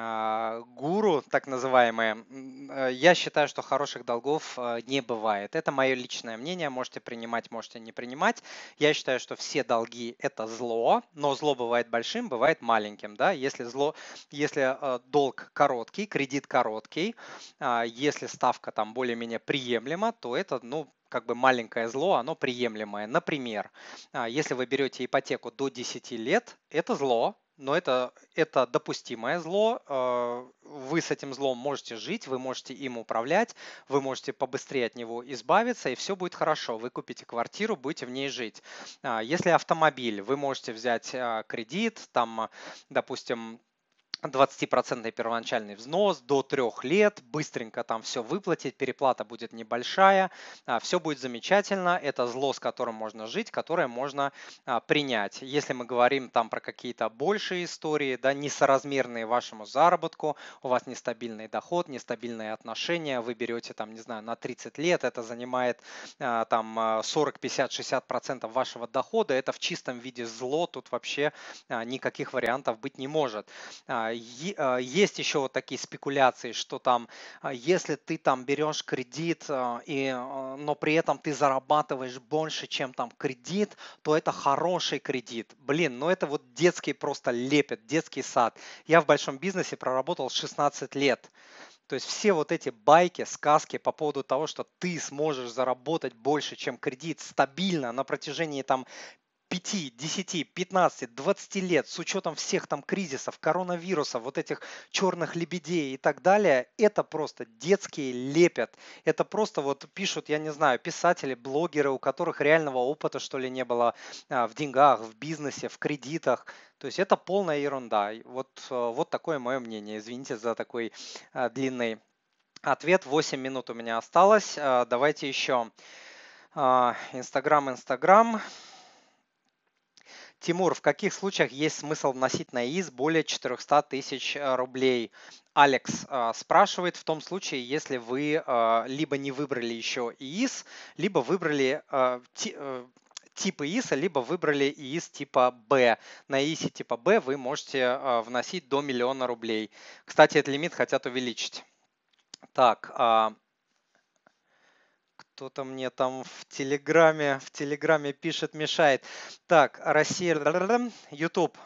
а, гуру, так называемые, м, э, я считаю, что хороших долгов э, не бывает. Это мое личное мнение, можете принимать, можете не принимать. Я считаю, что все долги это зло, но зло бывает большим, бывает маленьким, да. Если зло, если э, долг короткий, кредит короткий, а, если ставка там более-менее приемлема, то это, ну, как бы маленькое зло, оно приемлемое. Например, а, если вы берете ипотеку до десяти лет, это зло, но это, это допустимое зло. э, Вы с этим злом можете жить, вы можете им управлять, вы можете побыстрее от него избавиться, и все будет хорошо. Вы купите квартиру, будете в ней жить. А, Если автомобиль, вы можете взять а, кредит, там, а, допустим, двадцатипроцентный первоначальный взнос до трех лет, быстренько там все выплатить, переплата будет небольшая, все будет замечательно, это зло, с которым можно жить, которое можно а, принять. Если мы говорим там про какие-то большие истории, да, несоразмерные вашему заработку, у вас нестабильный доход, нестабильные отношения, вы берете там, не знаю, на тридцать лет, это занимает а, там а, сорок, пятьдесят, шестьдесят процентов вашего дохода, это в чистом виде зло, тут вообще а, никаких вариантов быть не может. А, е- а, Есть еще вот такие спекуляции, что там, а, если ты там берешь кредит, а, и, а, но при этом ты зарабатываешь больше, чем там кредит, то это хороший кредит. Блин, ну это вот детский просто лепет, детский сад. Я в большом бизнесе проработал шестнадцать лет. То есть все вот эти байки, сказки по поводу того, что ты сможешь заработать больше, чем кредит, стабильно на протяжении там пяти, десяти, пятнадцати, двадцати лет с учетом всех там кризисов, коронавирусов, вот этих черных лебедей и так далее, это просто детские лепят. Это просто вот пишут, я не знаю, писатели, блогеры, у которых реального опыта что ли не было а, в деньгах, в бизнесе, в кредитах. То есть это полная ерунда. И Вот, э, вот такое мое мнение. Извините за такой а, длинный ответ. восемь минут у меня осталось. А, Давайте еще. А, Инстаграм, Инстаграм. Тимур, в каких случаях есть смысл вносить на ИИС более четырехсот тысяч э, рублей? Алекс э, спрашивает в том случае, если вы э, либо не выбрали еще ИИС, либо выбрали э, ти- э, тип ИИСа, либо выбрали ИИС типа Б. На ИИСе типа Б вы можете э, вносить до миллиона рублей. Кстати, этот лимит хотят увеличить. Так, а, кто-то мне там в Телеграме, в Телеграме пишет, мешает. Так, Россия, YouTube.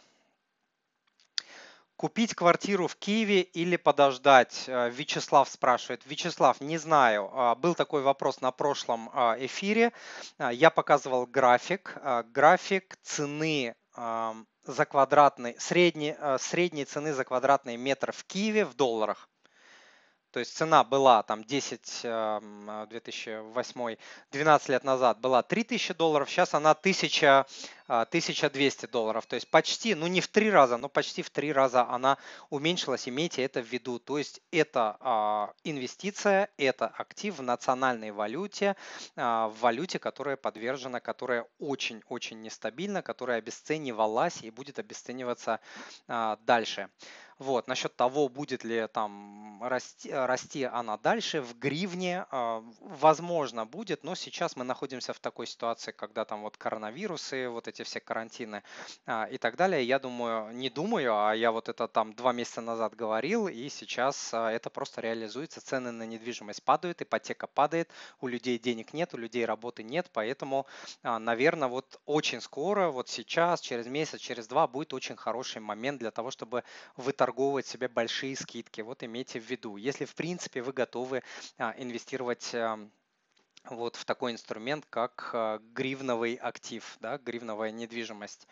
Купить квартиру в Киеве или подождать? Э, Вячеслав спрашивает. Вячеслав, не знаю. А, Был такой вопрос на прошлом а, эфире. А, Я показывал график. а, График цены ам, за квадратный, средней, а, средней цены за квадратный метр в Киеве в долларах. То есть цена была там десять, две тысячи восьмой, двенадцать лет назад была три тысячи долларов, сейчас она тысяча, тысяча двести долларов. То есть почти, ну не в три раза, но почти в три раза она уменьшилась. Имейте это в виду. То есть это а, инвестиция, это актив в национальной валюте, а, в валюте, которая подвержена, которая очень-очень нестабильна, которая обесценивалась и будет обесцениваться а, дальше. Вот, насчет того, будет ли там расти, расти она дальше в гривне, а, возможно будет, но сейчас мы находимся в такой ситуации, когда там вот коронавирусы, вот эти все карантины а, и так далее. Я думаю, не думаю, а я вот это там два месяца назад говорил, и сейчас а, это просто реализуется. Цены на недвижимость падают, ипотека падает, у людей денег нет, у людей работы нет, поэтому, а, наверное, вот очень скоро, вот сейчас, через месяц, через два будет очень хороший момент для того, чтобы выторговать себе большие скидки. Вот имейте в виду, если в принципе вы готовы а, инвестировать а, вот в такой инструмент, как а, гривновый актив, да, гривновая недвижимость.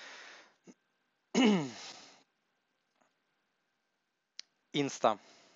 Инста.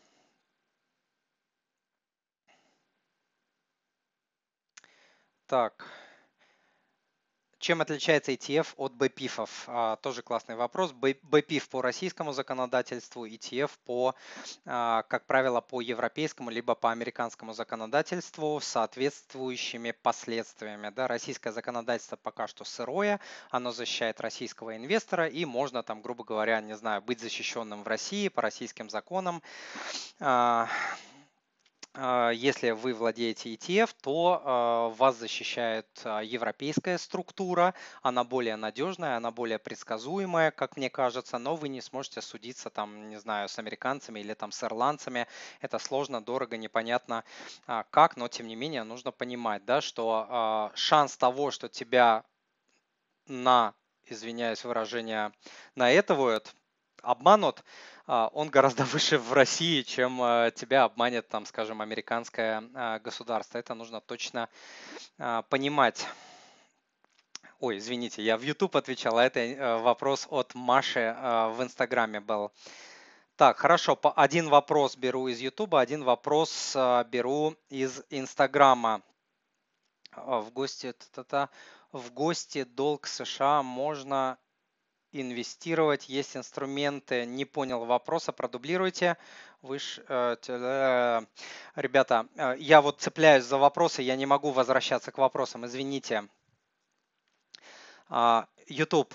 Так. Чем отличается и ти эф от би пи эф? А, тоже классный вопрос. би пи эф по российскому законодательству, и ти эф по, а, как правило, по европейскому либо по американскому законодательству с соответствующими последствиями. Да, российское законодательство пока что сырое, оно защищает российского инвестора, и можно там, грубо говоря, не знаю, быть защищенным в России по российским законам. А, Если вы владеете и ти эф, то вас защищает европейская структура, она более надежная, она более предсказуемая, как мне кажется, но вы не сможете судиться там, не знаю, с американцами или там с ирландцами. Это сложно, дорого, непонятно как, но тем не менее нужно понимать, да, что шанс того, что тебя на, извиняюсь выражение, на это вот обманут, он гораздо выше в России, чем тебя обманет, там, скажем, американское государство. Это нужно точно понимать. Ой, извините, я в YouTube отвечал, а это вопрос от Маши в Инстаграме был. Так, хорошо, один вопрос беру из YouTube, один вопрос беру из Инстаграма. В гости, та-та-та, в гости долг США можно инвестировать, есть инструменты. Не понял вопроса, продублируйте. Вы ж, э, э, ребята, э, я вот цепляюсь за вопросы, я не могу возвращаться к вопросам, извините. А, YouTube.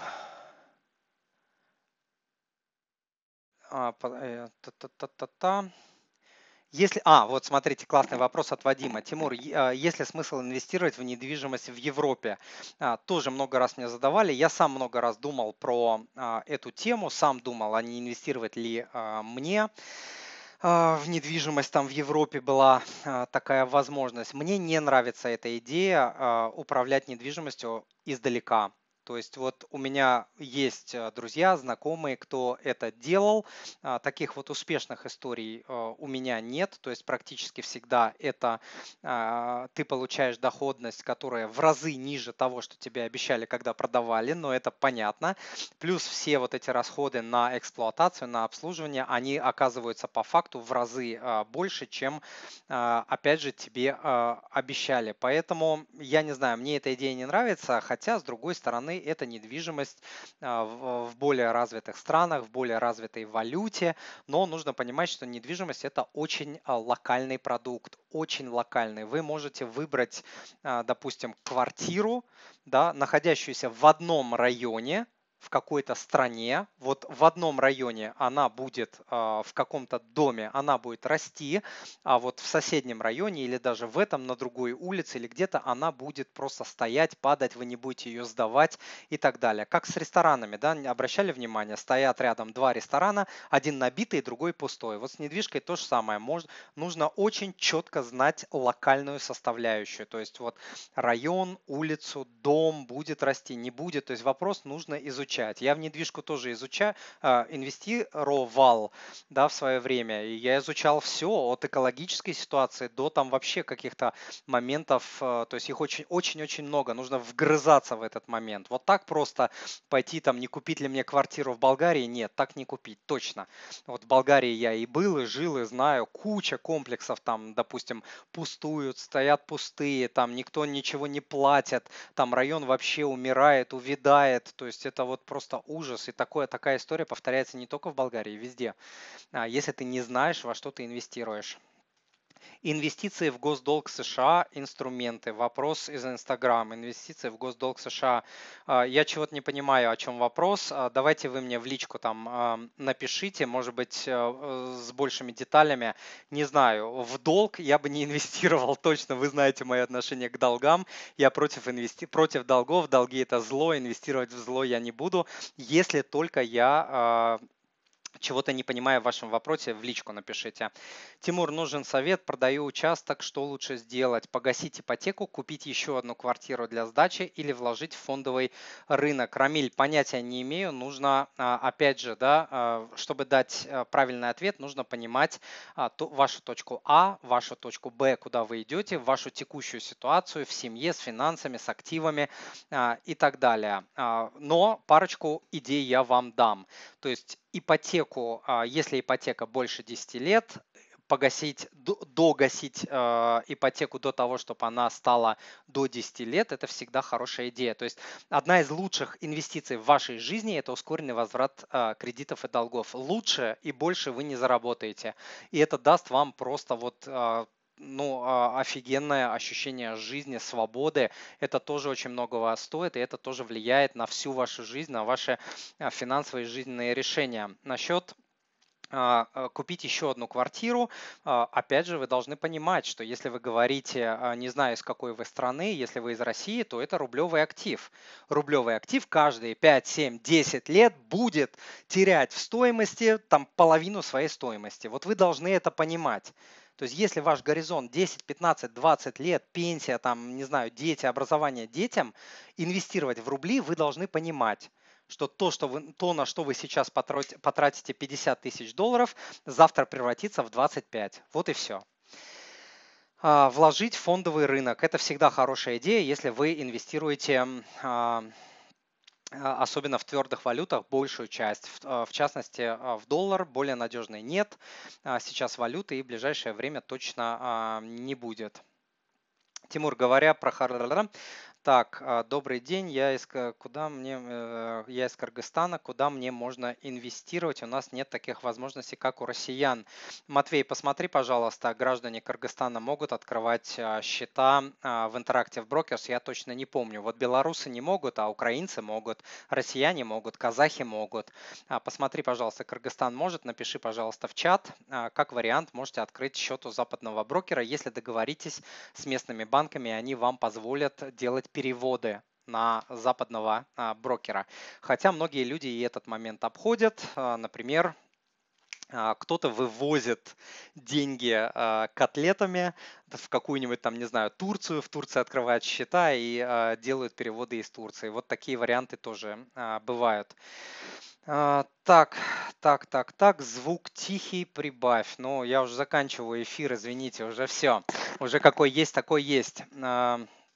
А, э, та-та-та-та-та. Если, а, вот смотрите, классный вопрос от Вадима. Тимур, есть ли смысл инвестировать в недвижимость в Европе? А, тоже много раз мне задавали. Я сам много раз думал про а, эту тему, сам думал, а не инвестировать ли а, мне а, в недвижимость. Там в Европе была а, такая возможность. Мне не нравится эта идея а, управлять недвижимостью издалека. То есть вот у меня есть э, друзья, знакомые, кто это делал. А, Таких вот успешных историй э, у меня нет. То есть практически всегда это а, ты получаешь доходность, которая в разы ниже того, что тебе обещали, когда продавали, но это понятно. Плюс все вот эти расходы на эксплуатацию, на обслуживание, они оказываются по факту в разы а, больше, чем, а, опять же, тебе а, обещали. Поэтому я не знаю, мне эта идея не нравится, хотя, с другой стороны, это недвижимость а, в, в более развитых странах, в более развитой валюте, но нужно понимать, что недвижимость это очень а, локальный продукт, очень локальный. Вы можете выбрать, а, допустим, квартиру, да, находящуюся в одном районе, в какой-то стране, вот в одном районе она будет э, в каком-то доме, она будет расти, а вот в соседнем районе или даже в этом на другой улице или где-то она будет просто стоять, падать, вы не будете ее сдавать и так далее. Как с ресторанами, да, обращали внимание, стоят рядом два ресторана, один набитый, другой пустой. Вот с недвижкой то же самое. Может, нужно очень четко знать локальную составляющую, то есть вот район, улицу, дом будет расти, не будет. То есть вопрос нужно изучать изучать. Я в недвижку тоже изучаю, инвестировал, да, в свое время. И я изучал все от экологической ситуации до там вообще каких-то моментов. э, То есть их очень-очень-очень много. Нужно вгрызаться в этот момент. Вот так просто пойти там, не купить ли мне квартиру в Болгарии? Нет, так не купить, точно. Вот в Болгарии я и был, и жил, и знаю. Куча комплексов там, допустим, пустуют, стоят пустые, там никто ничего не платит, там район вообще умирает, увядает. То есть это вот просто ужас. И такое, такая история повторяется не только в Болгарии, везде. А, Если ты не знаешь, во что ты инвестируешь. Инвестиции в госдолг США, инструменты. Вопрос из Инстаграм. Инвестиции в госдолг США. А, Я чего-то не понимаю, о чем вопрос. А, Давайте вы мне в личку там а, напишите, может быть, э, э, с большими деталями. Не знаю, в долг я бы не инвестировал точно. Вы знаете мое отношение к долгам. Я против, инвести... против долгов. Долги – это зло. Инвестировать в зло я не буду, если только я а, чего-то не понимаю в вашем вопросе, в личку напишите. Тимур, нужен совет. Продаю участок. Что лучше сделать? Погасить ипотеку, купить еще одну квартиру для сдачи или вложить в фондовый рынок? Рамиль, понятия не имею. Нужно, а, опять же, да, а, чтобы дать а, правильный ответ, нужно понимать а, то- вашу точку А, вашу точку Б, куда вы идете, вашу текущую ситуацию в семье, с финансами, с активами а, и так далее. А, Но парочку идей я вам дам. То есть ипотеку, а, если ипотека больше десяти лет, погасить, до- догасить э, ипотеку до того, чтобы она стала до десяти лет, это всегда хорошая идея. То есть одна из лучших инвестиций в вашей жизни – это ускоренный возврат э, кредитов и долгов. Лучше и больше вы не заработаете. И это даст вам просто вот э, ну, а, офигенное ощущение жизни, свободы. Это тоже очень многого стоит, и это тоже влияет на всю вашу жизнь, на ваши а, финансовые жизненные решения. Насчет а, а, купить еще одну квартиру, а, опять же, вы должны понимать, что если вы говорите, а, не знаю, из какой вы страны, если вы из России, то это рублевый актив. Рублевый актив каждые пять, семь, десять лет будет терять в стоимости там половину своей стоимости. Вот вы должны это понимать. То есть если ваш горизонт десять, пятнадцать, двадцать лет, пенсия, там, не знаю, дети, образование детям, инвестировать в рубли вы должны понимать, что то, что вы, то, на что вы сейчас потратите потратите пятьдесят тысяч долларов, завтра превратится в двадцать пять. Вот и все. А, Вложить в фондовый рынок – это всегда хорошая идея, если вы инвестируете а, а, особенно в твердых валютах, большую часть, в, а, в частности а, в доллар, более надежный нет. А, Сейчас валюты и в ближайшее время точно а, не будет. Тимур, говоря про хар- так, а, добрый день, я из, Ка- куда мне, э, я из Кыргызстана, куда мне можно инвестировать? У нас нет таких возможностей, как у россиян. Матвей, посмотри, пожалуйста, граждане Кыргызстана могут открывать а, счета а, в Interactive Brokers, я точно не помню. Вот белорусы не могут, а украинцы могут, россияне могут, казахи могут. А, Посмотри, пожалуйста, Кыргызстан может, напиши, пожалуйста, в чат. А, Как вариант, можете открыть счет у западного брокера, если договоритесь с местными банками, они вам позволят делать переводы на западного а, брокера. Хотя многие люди и этот момент обходят. А, Например, а, кто-то вывозит деньги а, котлетами в какую-нибудь там, не знаю, Турцию, в Турции открывают счета и а, делают переводы из Турции. Вот такие варианты тоже а, бывают. А, Так, так, так, так, звук тихий, прибавь. Ну, я уже заканчиваю эфир, извините, уже все. Уже какой есть, такой есть. А,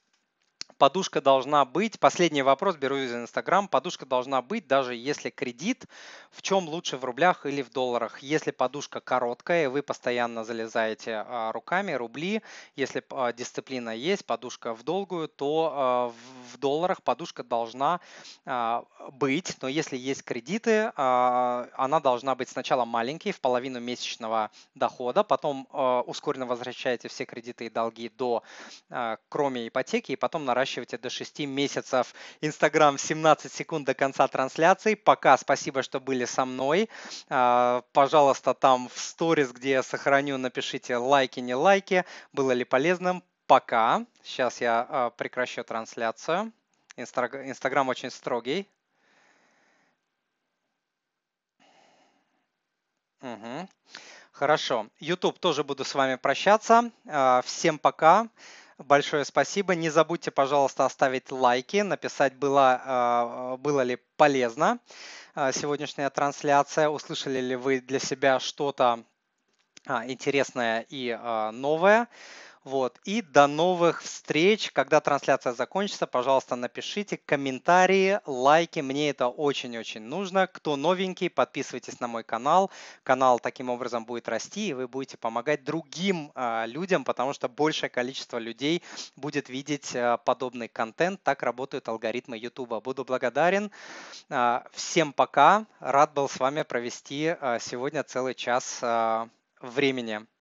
Подушка должна быть, последний вопрос, беру из Инстаграм, подушка должна быть, даже если кредит, в чем лучше, в рублях или в долларах? Если подушка короткая, и вы постоянно залезаете а, руками, рубли, если а, дисциплина есть, подушка в долгую, то а, в в долларах подушка должна а, быть, но если есть кредиты, а, она должна быть сначала маленькой, в половину месячного дохода, потом а, ускоренно возвращаете все кредиты и долги до а, кроме ипотеки, и потом наращивайте до шести месяцев. Инстаграм семнадцать секунд до конца трансляции. Пока, спасибо, что были со мной. А, Пожалуйста, там в сторис, где я сохраню, напишите лайки, не лайки. Было ли полезным? Пока. Сейчас я а, прекращу трансляцию. Инстаг- Инстаграм очень строгий. Мгм. Хорошо. YouTube тоже буду с вами прощаться. А, Всем пока. Большое спасибо. Не забудьте, пожалуйста, оставить лайки, написать, было, а, было ли полезно а, сегодняшняя трансляция, услышали ли вы для себя что-то а, интересное и а, новое. Вот. И до новых встреч. Когда трансляция закончится, пожалуйста, напишите комментарии, лайки. Мне это очень-очень нужно. Кто новенький, подписывайтесь на мой канал. Канал таким образом будет расти, и вы будете помогать другим а, людям, потому что большее количество людей будет видеть а, подобный контент. Так работают алгоритмы YouTube. Буду благодарен. А, всем пока. Рад был с вами провести а, сегодня целый час а, времени.